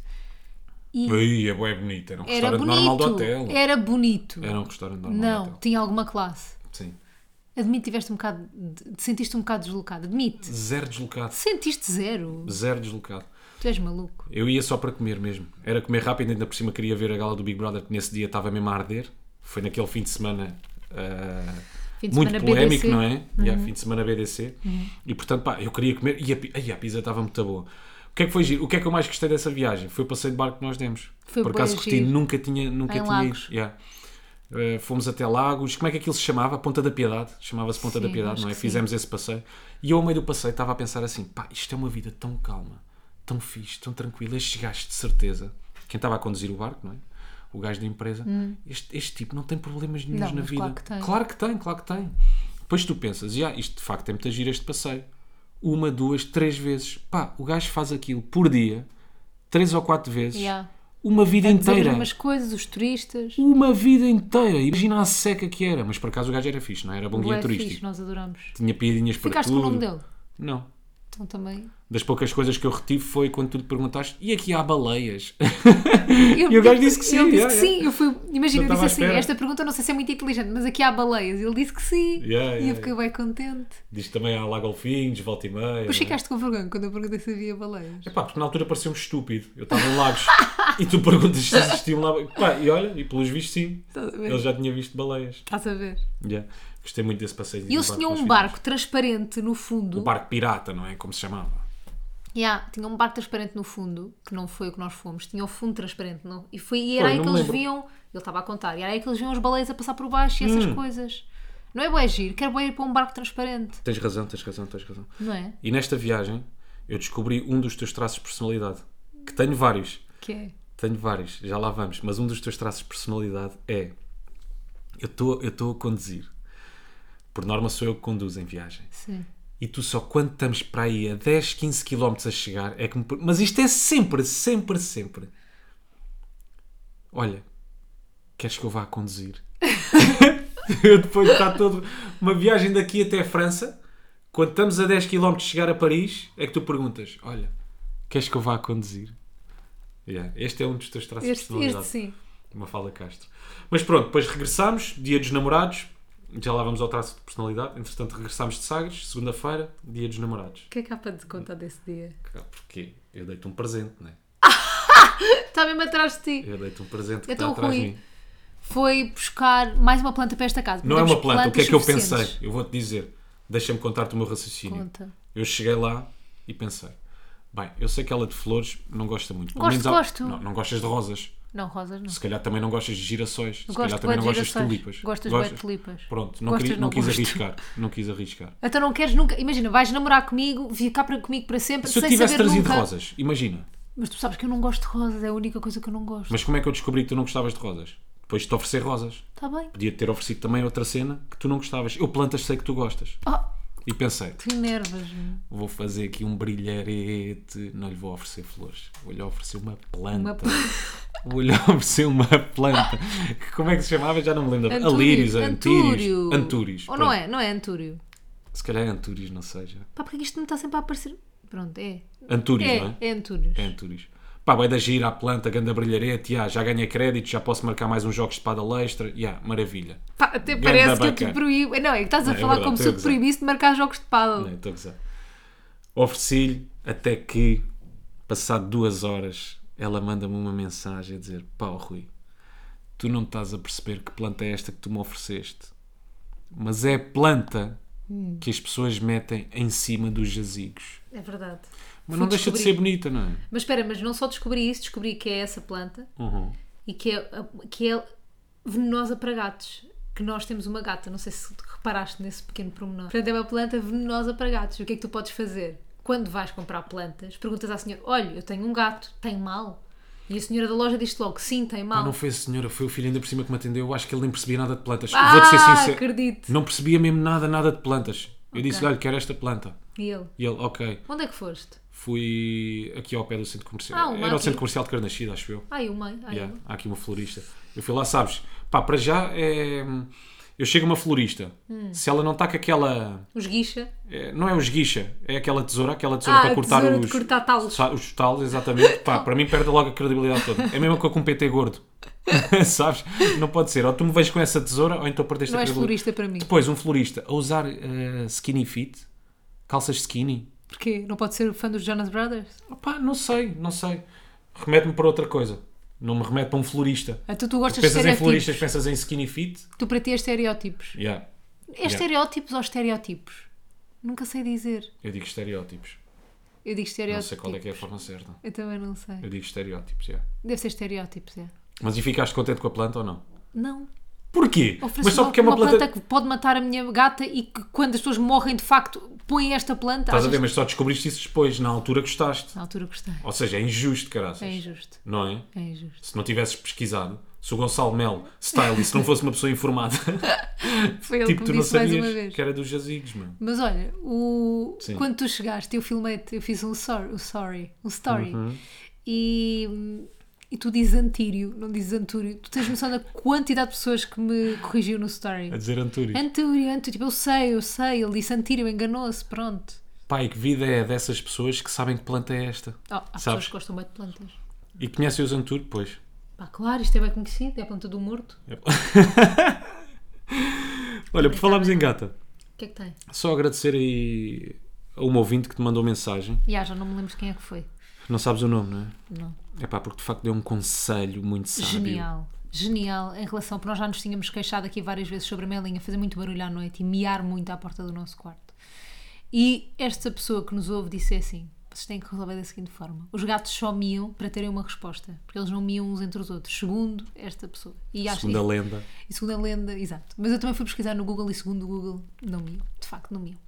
E Ai, é bué bonito, era um era restaurante bonito. normal do hotel. Era bonito. Era um restaurante normal Não, do hotel. tinha alguma classe. Sim. Admito, tiveste um bocado. Sentiste um bocado deslocado. Admite. Zero deslocado. Sentiste zero. Zero deslocado. Tu és maluco. Eu ia só para comer mesmo. Era comer rápido, ainda por cima queria ver a gala do Big Brother, que nesse dia estava mesmo a arder. Foi naquele fim de semana Fim de muito semana polémico, BDC. não é? Yeah, fim de semana BDC. E portanto, pá, eu queria comer e a pizza estava muito boa. O que é que foi giro? O que é que eu mais gostei dessa viagem? Foi o passeio de barco que nós demos. Foi Por bué acaso curti, giro. nunca tinha Em ido. Lagos. Yeah. Fomos até Lagos. Como é que aquilo se chamava? Ponta da Piedade. Chamava-se Ponta Sim, da Piedade, acho não é? que sim. Fizemos esse passeio. E eu, ao meio do passeio, estava a pensar assim: pá, isto é uma vida tão calma, tão fixe, tão tranquila. Estes gajos, de certeza, quem estava a conduzir o barco, não é? o gajo da empresa, este tipo não tem problemas nenhuns Não, na mas vida. claro que tem. Claro que tem, claro que tem. Depois tu pensas, isto de facto é muito giro este passeio. 1, 2, 3 vezes. Pá, o gajo faz aquilo por dia, 3 ou 4 vezes, Yeah. uma vida Dizer as inteira. mesmas coisas, os turistas. Uma vida inteira. Imagina a seca que era. Mas por acaso o gajo era fixe, não é? Era bom guia Bué turístico. fixe, nós adoramos. Tinha piadinhas para Ficaste tudo. com o nome dele? Não. Então também. Das poucas coisas que eu retive foi quando tu lhe perguntaste e aqui há baleias? Eu- E o gajo disse que sim. Ele disse yeah, que yeah. sim. Eu fui, imagina, Não eu estava à disse assim: espera. esta pergunta não sei se é muito inteligente, mas aqui há baleias. Ele disse que sim. Yeah, E yeah, eu fiquei bem contente. Diz também há lá golfinhos, volta e meia. Depois ficaste com vergonha quando eu perguntei se havia baleias. Epá, porque na altura parecia-me estúpido. Eu estava em Lagos e tu perguntas se existiam lá. Pá, e olha, e pelos vistos sim. Estás a ver? Ele já tinha visto baleias. Estás a ver? Yeah. Gostei muito desse passeio. E eles tinham um barco transparente no fundo. O barco pirata, não é? Como se chamava. Yeah, tinha um barco transparente no fundo, que não foi o que nós fomos. Tinha o fundo transparente. Não? E era aí não que me eles lembro. viam. Ele estava a contar. E era aí que eles viam as baleias a passar por baixo e essas coisas. Não é bué giro. Quero bué ir para um barco transparente. Tens razão, tens razão, tens razão. Não é? E nesta viagem eu descobri um dos teus traços de personalidade. Que tenho vários. Que é? Tenho vários, já lá vamos. Mas um dos teus traços de personalidade é... Eu estou a conduzir. Por norma sou eu que conduzo em viagem. Sim. E tu só quando estamos para aí a 10, 15 km a chegar é que me... Mas isto é sempre, sempre, sempre. Olha, queres que eu vá a conduzir? Eu depois de estar todo... Uma viagem daqui até a França, quando estamos a 10 km de chegar a Paris, é que tu perguntas, olha, queres que eu vá a conduzir? Yeah, este é um dos teus traços de Este personalidade. sim. Mafalda Castro. Mas pronto, depois regressámos, dia dos namorados, já lá vamos ao traço de personalidade. Entretanto, regressámos de Sagres, segunda-feira, dia dos namorados. O que é que há para te contar desse dia? Porque eu dei-te um presente, não é? Está mesmo atrás de ti. Eu dei-te um presente que Então, está atrás de Rui, mim. foi buscar mais uma planta para esta casa. Não é uma Temos planta, o que é plantas que eu pensei? suficientes. Eu vou-te dizer, deixa-me contar-te o meu raciocínio. Conta. Eu cheguei lá e pensei, bem, eu sei que ela de flores não gosta muito. Pelo Gosto, menos gosto. Não gostas de rosas. Não, rosas não. Se calhar também não gostas de girassóis. Se Gosto calhar também não bué de gostas de girassóis. tulipas. Gostas bué de tulipas. Pronto, não, Gostas, queria, não não quis gosto. arriscar. Não quis arriscar. Então não queres nunca... Imagina, vais namorar comigo, ficar comigo para sempre, Se eu sem tivesse saber trazido nunca... rosas, imagina. Mas tu sabes que eu não gosto de rosas, é a única coisa que eu não gosto. Mas como é que eu descobri que tu não gostavas de rosas? Depois de te oferecer rosas. Está bem. Podia-te ter oferecido também outra cena que tu não gostavas. Eu plantas sei que tu gostas. Oh, E pensei, tu enervas-me. vou fazer aqui um brilharete. Não lhe vou oferecer flores. Vou-lhe oferecer uma planta. Uma planta. Vou-lhe oferecer uma planta. Como é que se chamava? Já não me lembro. Antúrio. Alírios, Antúrio. antírios. Antúrios. Ou Pronto. não é? Não é Antúrio. Se calhar é Antúrios, não seja. Pá, porque isto me está sempre a aparecer... Pronto, é. Antúrios, não é? É Antúrios. É Antúrios. Pá, vai da gira à planta, ganda brilharete, já ganhei crédito, já posso marcar mais uns jogos de espada extra, maravilha. Pá, até Ganda parece que eu bacana. te proíbo. Não, é que estás a Não, é falar verdade, como estou se a eu te gozar. proibisse de marcar jogos de paddle. Não, estou a gozar. Ofereci-lhe até que, passado 2 horas, ela manda-me uma mensagem a dizer: pá, Rui, tu não estás a perceber que planta é esta que tu me ofereceste, mas é a planta que as pessoas metem em cima dos jazigos. É verdade. Mas Fui não deixa de descobrir. ser bonita, não é? Mas espera, mas não só descobri isso, descobri que é essa planta Uhum. e que é venenosa para gatos. Que nós temos uma gata, não sei se reparaste nesse pequeno pormenor. Portanto, é uma planta venenosa para gatos. O que é que tu podes fazer? Quando vais comprar plantas, perguntas à senhora: olha, eu tenho um gato, tem mal? E a senhora da loja diz-te logo: sim, tem mal. Ah, não foi a senhora, foi o filho ainda por cima que me atendeu. Eu acho que ele nem percebia nada de plantas. Vou-te ser sincero. Acredito. Não percebia mesmo nada de plantas. Eu disse-lhe: olha, quero esta planta. E ele? E ele: ok. Onde é que foste? Fui aqui ao pé do centro comercial. Ah, uma Era o aqui. centro comercial de Carnachide, acho eu. Ai, o mãe. Ai, Yeah, eu. há aqui uma florista. Eu fui lá, sabes? Pá, para já é. Eu chego a uma florista. Se ela não está com aquela. Os guicha. Não é o esguicha, é aquela tesoura Ah, para a cortar tesoura de os. cortar talos. Os talos, exatamente. Pá, para mim perde logo a credibilidade toda. É mesmo que eu com um PT gordo. Sabes? Não pode ser. Ou tu me vês com essa tesoura, ou então perdeste Não a és credibilidade. florista para mim. Depois, um florista a usar skinny fit, calças skinny. Porquê? Não pode ser fã dos Jonas Brothers? Opá, não sei. Remete-me para outra coisa. Não me remete para um florista. Então tu gostas de Pensas em estereótipos. floristas, pensas em skinny fit? Tu para ti é estereótipos. Yeah. É estereótipos ou estereótipos? Nunca sei dizer. Eu digo estereótipos. Eu digo Não estereótipos. sei qual é que é a forma certa. Eu também não sei. Eu digo estereótipos, yeah. Deve ser estereótipos, é. Mas e ficaste contente com a planta ou não? Não. Porquê? Ofereço Mas só porque é uma planta... que pode matar a minha gata e que quando as pessoas morrem de facto põem esta planta. Estás a achas- ver, mas só descobriste isso depois. Na altura gostaste. Na altura gostei. Ou seja, é injusto, caraças. É injusto. Não é? É injusto. Se não tivesses pesquisado, Se o Gonçalo Mel, stylist, não fosse uma pessoa informada, Foi ele tipo, que tu me não disse mais uma sabias vez. que era dos jazigos, mano. Mas olha, Sim. quando tu chegaste, eu filmei-te, eu fiz um story. Uhum. E tu dizes Antírio, não dizes Antúrio. Tu tens noção da quantidade de pessoas que me corrigiu no story. A dizer Antúrio. Antúrio, tipo, eu sei, ele disse Antírio, enganou-se, pronto. Pai, que vida é dessas pessoas que sabem que planta é esta? Há pessoas Sabes? que gostam bem de plantas. E conhecem os Antúrio? Pois. Pá, claro, isto é bem conhecido, é a planta do morto. Olha, por falarmos em gata, O que é que tem? só agradecer aí a uma ouvinte que te mandou mensagem. Já não me lembro de quem é que foi. Não sabes o nome, não é? Não. É pá, porque de facto deu um conselho muito sábio. Genial em relação, porque nós já nos tínhamos queixado aqui várias vezes sobre a Melinha fazer muito barulho à noite e miar muito à porta do nosso quarto. E esta pessoa que nos ouve disse assim: vocês têm que resolver da seguinte forma: os gatos só miam para terem uma resposta, porque eles não miam uns entre os outros, segundo esta pessoa. E acho Segunda lenda. E segundo a lenda, exato. Mas eu também fui pesquisar no Google e segundo o Google não miam, de facto não miam.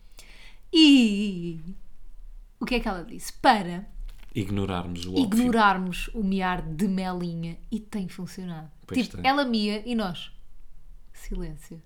E o que é que ela disse? Para Ignorarmos o óbvio. ignorarmos o miar de Melinha, e tem funcionado. Pois Tipo, tem. ela mia e nós, silêncio.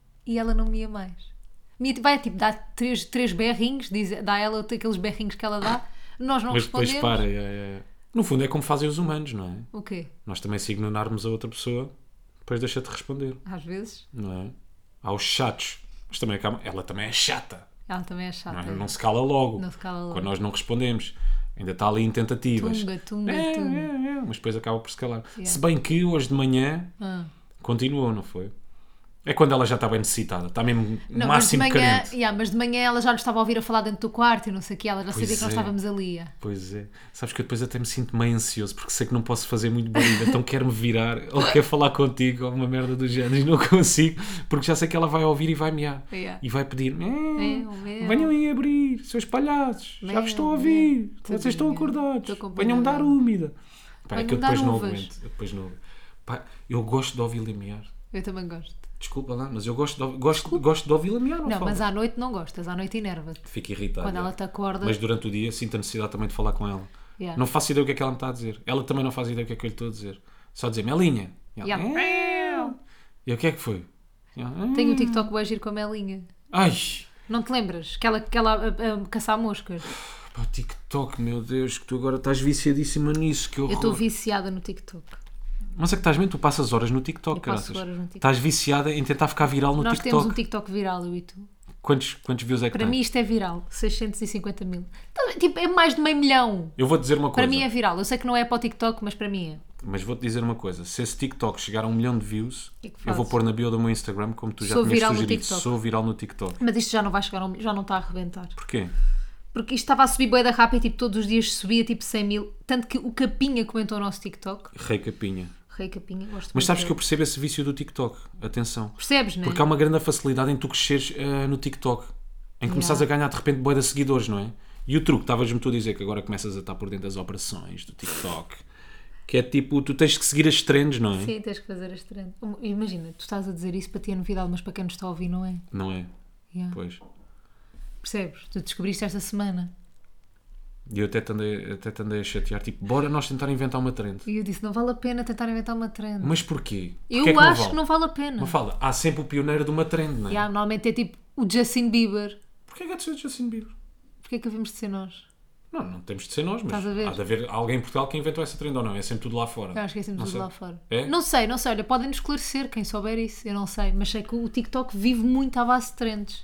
E ela não mia mais. Mia, vai tipo, dá três berrinhos, dá ela aqueles berrinhos que ela dá, nós não Mas depois respondemos. para. No fundo é como fazem os humanos, não é? O quê? Nós também, se ignorarmos a outra pessoa, depois deixa-te responder, Às vezes, não é? Há os chatos, mas também ela também é chata, ela também é não, chata. é? Não se cala logo. Não se cala logo. Quando nós não respondemos, ainda está ali em tentativas. Tunga. Mas depois acaba por se calar. Yeah. Se bem que hoje de manhã Ah. continuou, não foi? É quando ela já está bem necessitada, está mesmo Não, máximo mas de manhã, carente. mas de manhã ela já nos estava a ouvir a falar dentro do quarto e não sei o que, ela já sabia Pois que nós é. estávamos ali. Pois é. Sabes que eu depois até me sinto meio ansioso porque sei que não posso fazer muito barulho, então quero-me virar ou quero falar contigo ou uma merda do género e não consigo porque já sei que ela vai ouvir e vai mear. Yeah. E vai pedir: Meu. venham aí abrir, seus palhaços, já vos estou a ouvir, vocês estão acordados, Estou venham-me dar úmida. Pá, é que eu Venham-me depois dar não uvas. aguento. Eu depois não. Pá, eu gosto de ouvi-la mear. Eu também gosto. Desculpa lá, mas eu gosto de ouvi-la mear, não Não, falo. mas à noite não gostas, à noite enerva-te. Fico irritado. Quando ela te acorda. Mas durante o dia sinto a necessidade também de falar com ela. Yeah. Não faço ideia o que é que ela me está a dizer. Ela também não faz ideia o que é que eu lhe estou a dizer. Só dizer Melinha. E ela, Yeah. E o que é que foi? E ela, Tenho um TikTok bem giro com a Melinha. Ai, Não te lembras? Que ela a caçar moscas. pá, TikTok, meu Deus, que tu agora estás viciadíssima nisso. Que Eu horror. estou viciada no TikTok. Mas é que estás bem, tu passas horas no TikTok, Eu passo caraças. horas no TikTok. Estás viciada em tentar ficar viral no Nós TikTok. temos um TikTok viral, eu e tu. Quantos views é que Para tem? mim isto é viral. 650 mil. Então, tipo, é mais de meio milhão. Eu vou dizer uma Para coisa. mim é viral. Eu sei que não é para o TikTok, mas para mim é. Mas vou-te dizer uma coisa. Se esse TikTok chegar a 1 milhão de views, que eu vou fazes? pôr na bio do meu Instagram, como tu já Sou tinhas viral no sugerido. TikTok. Sou viral no TikTok. Mas isto já não vai chegar, já não está a arrebentar. Porquê? Porque isto estava a subir bué da rápido, tipo, todos os dias subia tipo 100 mil. Tanto que o Capinha comentou o nosso TikTok. Rei Capinha. Rei Capinha, gosto Mas muito sabes que eu dele. percebo esse vício do TikTok. Atenção. Percebes, não é? Porque há uma grande facilidade em tu cresceres no TikTok. Em que começares a ganhar de repente bué de seguidores, não é? E o truque, estavas-me tu a dizer que agora começas a estar por dentro das operações do TikTok. Que é tipo, tu tens que seguir as trends, não é? Sim, tens que fazer as trends. Imagina, tu estás a dizer isso para ti é novidade, mas para quem nos está a ouvir não é. Não é? Yeah. Pois. Percebes? Tu descobriste esta semana. E eu até te andei a chatear. Tipo, bora nós tentar inventar uma trend. E eu disse, não vale a pena tentar inventar uma trend. Mas porquê? Eu Porquê é acho vale? que não vale a pena. Mafalda, há sempre o pioneiro de uma trend, não é? Yeah, normalmente é tipo o Justin Bieber. Porquê é que há de ser Justin Bieber? Porquê é que havemos de ser nós? Não temos de ser nós, mas Estás a ver? há de haver alguém em Portugal que inventou essa trend ou não. É sempre tudo lá fora. Eu acho que é sempre Não tudo sei. lá fora. É? Não sei. Olha, podem-nos esclarecer quem souber isso. Eu não sei. Mas sei que o TikTok vive muito à base de trends.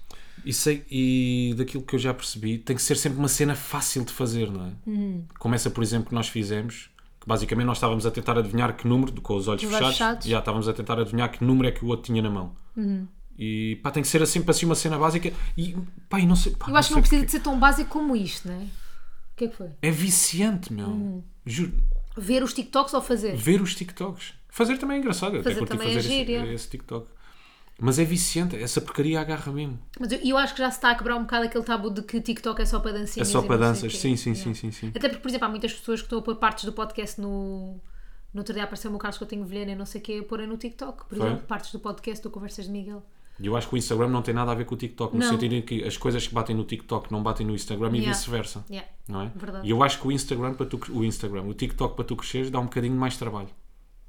E daquilo que eu já percebi, tem que ser sempre uma cena fácil de fazer, não é? Uhum. Como essa, por exemplo, que nós fizemos, que basicamente nós estávamos a tentar adivinhar que número, com os olhos Com os olhos fechados, fechados. já estávamos a tentar adivinhar que número é que o outro tinha na mão. E pá, tem que ser sempre assim uma cena básica. E pá, e não sei. Pá, Eu acho que sei não precisa porquê. de ser tão básico como isto, não é? O que é que foi? É viciante, meu. Uhum. Juro. Ver os TikToks ou fazer? Ver os TikToks. Fazer também é engraçado. Fazer até curti também é fazer gíria. esse TikTok. Mas é viciante. Essa porcaria agarra mesmo. Mas eu acho que já se está a quebrar um bocado aquele tabu de que TikTok é só para dancinhas. É só e para não sei danças. o quê. Sim, sim, Yeah. sim, sim, sim. Até porque, por exemplo, há muitas pessoas que estão a pôr partes do podcast no outro dia apareceu o meu Carlos que eu tenho Vilhena e não sei o quê, a porem no TikTok. Por Foi? exemplo, partes do podcast do Conversas de Miguel. E eu acho que o Instagram não tem nada a ver com o TikTok, no Não. sentido em que as coisas que batem no TikTok não batem no Instagram e Yeah. vice-versa. Yeah. Não é? Verdade. E eu acho que o TikTok para tu cresceres dá um bocadinho mais trabalho.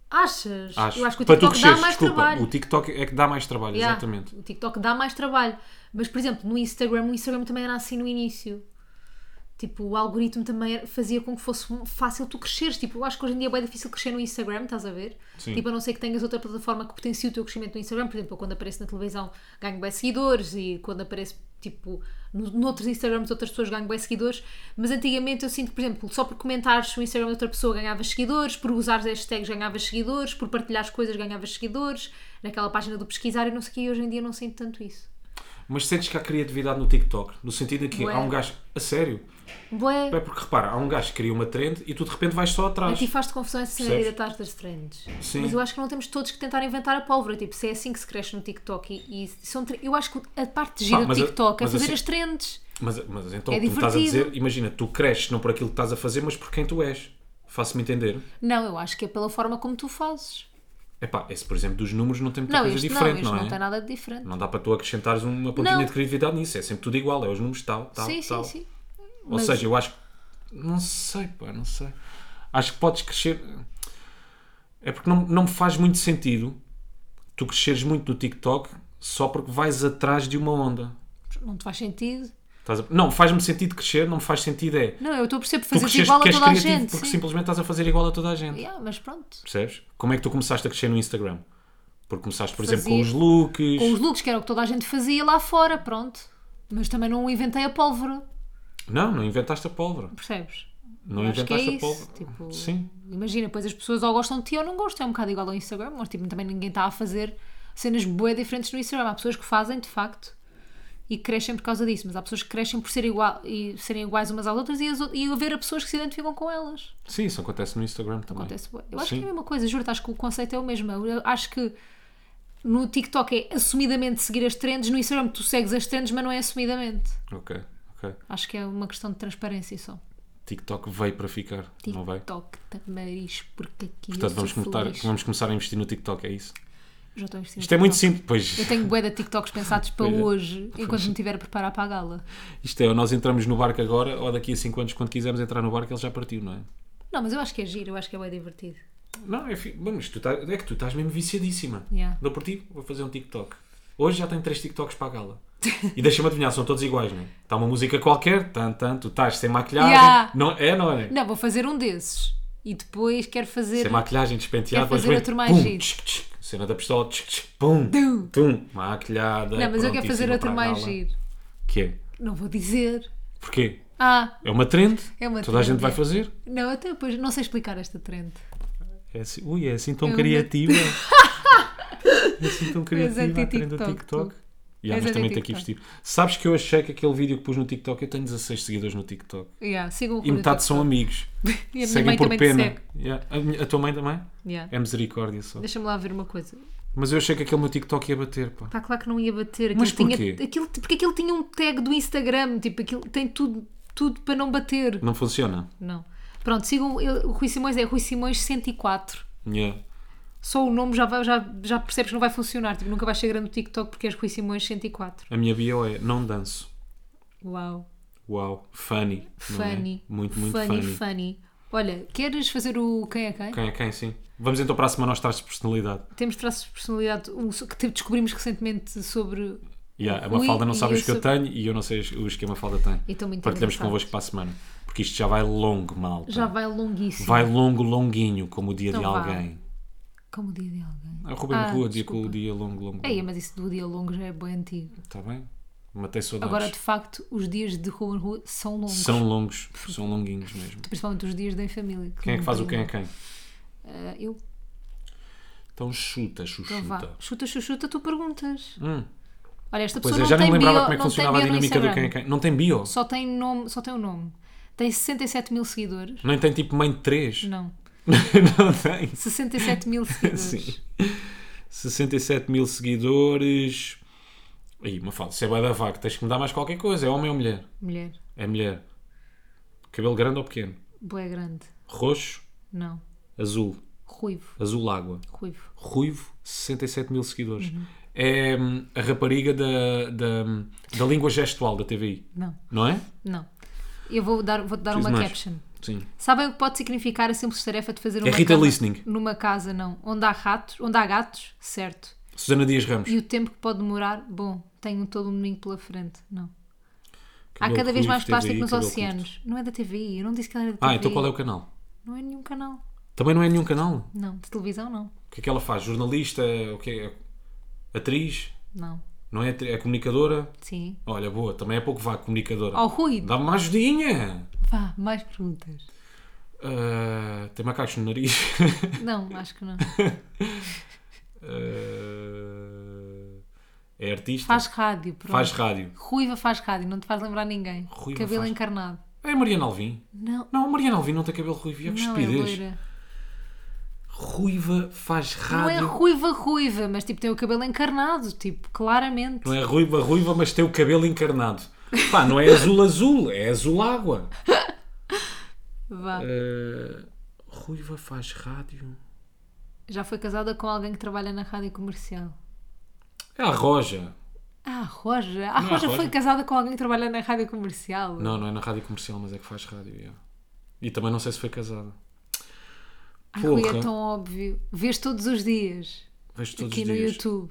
Achas? Acho. Eu acho que o Para tu TikTok dá cresceres, mais desculpa, trabalho. o TikTok é que dá mais trabalho, Yeah, exatamente. o TikTok dá mais trabalho. Mas, por exemplo, no Instagram, o Instagram também era assim no início. Tipo, o algoritmo também fazia com que fosse fácil tu cresceres. Tipo, eu acho que hoje em dia é bem difícil crescer no Instagram, estás a ver? Sim. Tipo, a não ser que tenhas outra plataforma que potencie o teu crescimento no Instagram. Por exemplo, eu quando apareço na televisão ganho bem seguidores e quando apareço, tipo, noutros Instagrams de outras pessoas ganho bem seguidores. Mas antigamente eu sinto que, por exemplo, só por comentares o Instagram de outra pessoa ganhavas seguidores, por usares hashtags ganhavas seguidores, por partilhares coisas ganhavas seguidores, naquela página do pesquisar e não sei o que, e hoje em dia não sinto tanto isso. Mas sentes que há criatividade no TikTok? No sentido em que Bué. há um gajo... A sério? Bué, É porque repara, há um gajo que cria uma trend e tu de repente vais só a atrás. ti faz-te confusão essa cena de ir Percebes? atrás das trends. Sim. Mas eu acho que não temos todos que tentar inventar a pólvora. Tipo, se é assim que se cresce no TikTok eu acho que a parte de gira do mas TikTok é mas fazer assim- as trends. Mas então É o que tu me estás a divertido. dizer, imagina, tu cresces não por aquilo que estás a fazer, mas por quem tu és. Faço-me entender? Não, eu acho que é pela forma como tu fazes. Epá, esse por exemplo dos números não tem muita Não, coisa este diferente, não, não, este é? não tem nada de diferente. Não dá para tu acrescentares uma pontinha Não. de criatividade nisso, é sempre tudo igual, é os números tal, sim, tal. sim, sim. Ou Mas- seja, eu acho que. Não sei, pá, não sei. Acho que podes crescer. É porque não me faz muito sentido tu cresceres muito no TikTok só porque vais atrás de uma onda. Não te faz sentido. Não, faz-me sentido crescer, não me faz sentido é. Não, eu estou a perceber Tu fazer cresceres igual a porque és toda a criativo gente. porque Sim. simplesmente estás a fazer igual a toda a gente. Yeah, mas pronto. Percebes? Como é que tu começaste a crescer no Instagram? Porque começaste, por exemplo, com Fazia- os looks. Com os looks, que era o que toda a gente fazia lá fora, pronto. Mas também não inventei a pólvora, Não inventaste a pólvora. percebes? Não Eu acho que é inventaste a isso. pólvora. Tipo, Sim. imagina, depois as pessoas ou gostam de ti ou não gostam. É um bocado igual ao Instagram, mas tipo, também ninguém está a fazer cenas bué diferentes no Instagram. Há pessoas que fazem, de facto, e crescem por causa disso. Mas há pessoas que crescem por ser igual, e serem iguais umas às outras e haver pessoas que se identificam com elas. Sim, isso acontece no Instagram também. Acontece bué. Eu acho Sim. que é a mesma coisa, juro-te, acho que o conceito é o mesmo. Eu acho que no TikTok é assumidamente seguir as trends, no Instagram tu segues as trends, mas não é assumidamente. Ok. Acho que é uma questão de transparência só. TikTok veio para ficar, não vai? TikTok, tamariz, porque aqui Portanto, eu vamos sou feliz. começar a investir no TikTok, é isso? Já estou a investir no Isto é muito TikTok. simples, pois. Eu tenho bué de TikToks pensados para Pois é. hoje, enquanto me estiver a preparar para a gala. Isto é, ou nós entramos no barco agora, ou daqui a 5 anos, quando quisermos entrar no barco, ele já partiu, não é? Não, mas eu acho que é giro, eu acho que é bem divertido. Não, vamos, é que tu estás mesmo viciadíssima. Yeah. Dou por ti, vou fazer um TikTok. Hoje já tenho 3 TikToks para a gala. E deixa-me adivinhar, são todos iguais, não é? Está uma música qualquer, tu estás sem maquilhagem. Yeah. Não é? Não, vou fazer um desses. E depois quero fazer... Sem maquilhagem, despenteado, Quero fazer depois outro vem, mais pum, giro. tchic, tchic, cena da pistola, tchic, tchic, pum, tum, maquilhada. Não, mas eu quero fazer prontíssima outro para a mais gala. giro. Que é? Não vou dizer. Porquê? Ah, É uma trend? é uma Toda a trend, gente vai é. fazer? Não, até depois não sei explicar esta trend. É assim tão É uma- criativa. É assim tão criativa a trend do anti-TikTok, TikTok. tu. Yeah, És mas também tem que anti-TikTok. investir. Sabes que eu achei que aquele vídeo que pus no TikTok, eu tenho 16 seguidores no TikTok. Yeah, sigam o E Rui no metade são TikTok. amigos. E a minha Seguem mãe por também te pena. segue. Yeah. A tua mãe também? Yeah. É misericórdia só. Deixa-me lá ver uma coisa. Mas eu achei que aquele meu TikTok ia bater, pá. Está claro que não ia bater. Mas Tinha, porquê? porque aquilo tinha um tag do Instagram. Tipo, aquilo tem tudo para não bater. Não funciona? Não. Pronto, sigam o Rui Simões, é Rui Simões 104. Yeah. Só o nome já percebes que não vai funcionar. Tipo, nunca vais ser grande no TikTok porque és Rui Simões 104. A minha bio é não danço. Uau. Uau, funny. não é? Funny. Muito, muito funny. funny. Funny. Olha, queres fazer o quem é quem? Quem é quem, sim. Vamos então para a semana aos traços de personalidade. Temos traços de personalidade que descobrimos recentemente sobre. Yeah, a o Rui Mafalda não e sabe eu os que eu sobre- tenho e eu não sei os que a Mafalda tem. E estão muito Partilhamos engraçados. convosco para a semana. Porque isto já vai longo, malta. Já vai longuíssimo. Vai longo, longuinho, como o dia Então de vá. alguém. Como o dia de alguém. A Ruben Rua dizia que desculpa. o dia longo, longo. Ei, mas isso do dia longo já é bem antigo. Está bem? Matei saudades. Agora, de facto, os dias de Ruben Rua são longos. São longos, são longuinhos mesmo. Principalmente os dias da em família. Quem é que faz o quem é quem? Eu. Então chuta, Então vá. chuchuta. Chuta, tu perguntas. Olha, esta Pois pessoa é, não já nem tem me lembrava bio, como é que não funcionava a tem bio no dinâmica do quem é Instagram. quem. Não tem bio? Só tem nome, só tem o nome. Tem 67 mil seguidores. Nem tem tipo mãe de 3? Não. Não tem. 67 mil seguidores. Sim. 67 mil seguidores. Aí, Mafalda, se é bué da vaca, tens que me dar mais qualquer coisa. É homem ou mulher? Mulher. É mulher. Cabelo grande ou pequeno? Bué grande. Roxo? Não. Azul? Ruivo. Azul água. Ruivo. Ruivo, 67 mil seguidores. Uhum. É a rapariga da língua gestual da TVI, Não. não é? Não. Eu vou-te dar Preciso uma mais. caption. Sim. Sabem o que pode significar a simples tarefa de fazer uma Rita cama Listening. numa casa, não, onde há gatos, certo. Susana Dias Ramos. E o tempo que pode demorar, bom, tenho todo um domingo pela frente, não. Há Cabelo cada vez ruivo, mais plástico TVI, nos cabelo oceanos. Não é da TVI, eu não disse que ela era da TVI. então qual é o canal? Não é nenhum canal. Também não é nenhum canal? Não, de televisão não. O que é que ela faz? Jornalista? O que é? Atriz? Não. Não é, é comunicadora? Sim. Olha, boa, também é pouco vá comunicadora. Ao Rui, Dá-me uma ajudinha! vá, mais perguntas. Tem macacos no nariz. Não, acho que não. É artista? Faz rádio, pronto. Faz rádio. Ruiva faz rádio, não te faz lembrar ninguém. Ruiva Cabelo faz- encarnado. É Mariana Alvim. Não, Não, Mariana Alvim não tem cabelo ruivo. É que não é estupidez. loira. Ruiva faz Não é rádio. ruiva, mas tipo tem o cabelo encarnado, tipo, claramente. Não é ruiva, mas tem o cabelo encarnado. Pá, não é azul, é azul água. Vá. Ruiva faz rádio. Já foi casada com alguém que trabalha na rádio comercial. É a Roja. Ah, a Roja. Não A é a Roja foi Roja? casada com alguém que trabalha na rádio comercial. Não, não é na rádio comercial, mas é que faz rádio. É. E também não sei se foi casada. Ai, Rui, Porra. é tão óbvio. Vês todos os dias. Vejo todos Aqui os no dias. YouTube.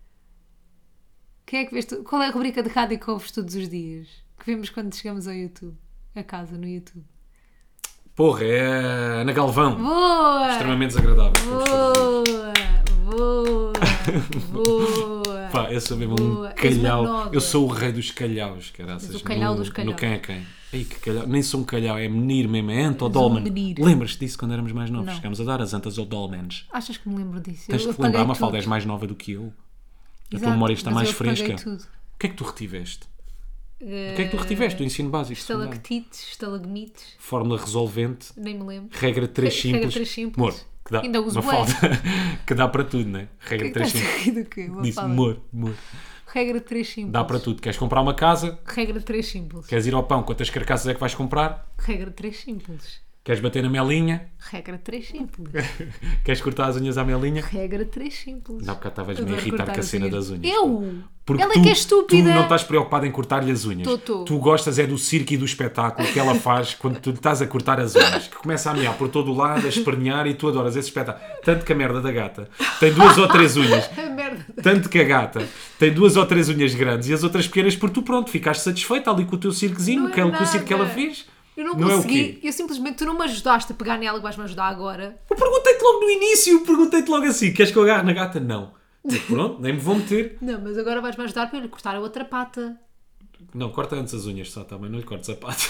Quem é que vês Qual é a rubrica de rádio que ouves todos os dias? Que vemos quando chegamos ao YouTube. A casa no YouTube. Porra, é a Ana Galvão. Boa! Extremamente desagradável. Vamos todos os dias. Boa! Boa! Pá, eu sou mesmo Boa. um És uma calhau. nova. Eu sou o rei dos calhaus, caraças. És o calhau dos No calhaus. quem é quem. Ei, que calhau. Nem sou um calhau, é menir mesmo, é Ant ou Dolman. menir. Lembras-te disso quando éramos mais novos? Não. Chegámos a dar as Antas ou Dolmans. Achas que me lembro disso? Tens de Eu te lembrar, apaguei Mafalda, és tudo. mais nova do que eu. A Exato, tua memória está mas mais eu apaguei fresca. tudo. O que é que tu retiveste? O que é que tu retiveste do ensino básico? secundário? Estalactites, estalagmites, Fórmula resolvente, nem me lembro. regra de 3 Regra simples. três simples. Amor, que dá, Ainda uso uma bué. falta que dá para tudo, não é? Regra de 3 Estás a simples. rir do quê? Uma Disse, fala. amor. Regra de 3 simples. Dá para tudo. Queres comprar uma casa? Regra de 3 simples. Queres ir ao pão? Quantas carcaças é que vais comprar? Regra de 3 simples. Queres bater na melinha? Regra de 3 simples. Queres cortar as unhas à melinha? Regra de 3 simples. Não, porque estavas-me a Adoro irritar cortar com a as cena unhas. das unhas. Eu? Porque Ela tu, é que é estúpida. Tu não estás preocupada em cortar-lhe as unhas. Tô. Tu gostas é do circo e do espetáculo que ela faz quando tu lhe estás a cortar as unhas. Que começa a mear por todo o lado, a espernear e tu adoras esse espetáculo. Tanto que a merda da gata tem 2 ou 3 unhas. A merda. Tanto que a gata tem 2 ou 3 unhas grandes e as outras pequenas porque tu, pronto, ficaste satisfeita ali com o teu circozinho, Não é que é o circo que ela nada. fez. Eu não Não é o consegui. quê? Eu simplesmente, tu não me ajudaste a pegar nela e vais-me ajudar agora. Eu perguntei-te logo no início, perguntei-te logo assim: queres que eu agarre na gata? Não. E pronto, nem me vou meter. Não, mas agora vais-me ajudar para eu lhe cortar a outra pata. Não, corta antes as unhas só, também, não lhe cortes a pata.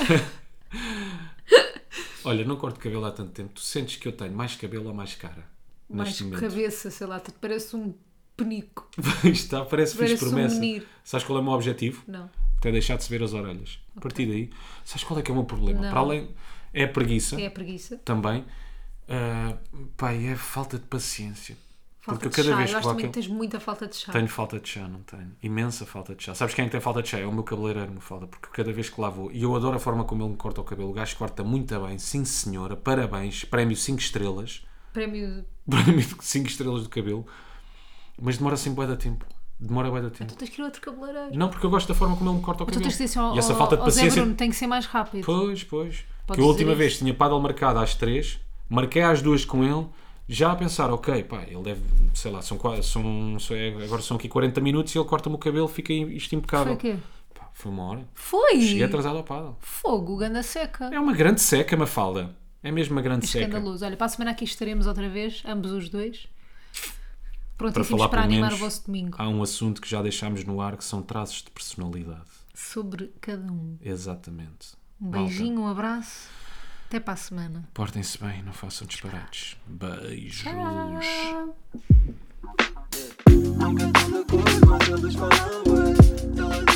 Olha, não corto cabelo há tanto tempo. Tu sentes que eu tenho mais cabelo ou mais cara? Mais Neste momento. cabeça, sei lá, te parece um penico. Está, parece que fiz Parece um promessa. menino. Sabes qual é o meu objetivo? Não. Até deixar de se ver as orelhas. A partir daí, sabes qual é que é o meu problema? Não. Para além, é a preguiça É a preguiça. também. Pai, é falta de paciência. Falta Porque eu de cada chá. vez Eu que acho vou também que àquele- tens muita falta de chá. Tenho falta de chá, não tenho. Imensa falta de chá. Sabes quem é que tem falta de chá? É o meu cabeleireiro, me falta. Porque cada vez que lá vou, e eu adoro a forma como ele me corta o cabelo. O gajo corta muito bem, sim senhora, parabéns, prémio 5 estrelas. Prémio. Prémio 5 estrelas do cabelo. Mas demora sempre bué de tempo. Demora bué de tempo. Tu tens que ir a outro cabeleireiro. Não, porque eu gosto da forma como ele me corta o Tu cabelo. tens que dizer assim E essa falta de ao Zé paciência. Bruno, tem que ser mais rápido. Pois. Podes Que a última dizer vez isso. tinha paddle marcado às 3, marquei às 2 com ele, já a pensar, ok, pá, ele deve, sei lá, agora são aqui 40 minutos e ele corta-me o cabelo, fica isto impecável. Foi o quê? Pá, foi uma hora. Foi! Cheguei atrasado ao paddle. Fogo, ganda seca. É uma grande seca, Mafalda. É mesmo uma grande seca. Escandaloso. Olha, para a semana aqui estaremos outra vez, ambos os dois. Para Prontíssimos falar para pelo animar o menos, vosso domingo. há um assunto que já deixámos no ar que são traços de personalidade. Sobre cada um. Exatamente. Um Malta, beijinho, um abraço. Até para a semana. portem-se bem, não façam disparates. Beijos. Tchau. Nunca tão de cor, mas eles falam, ué. Ela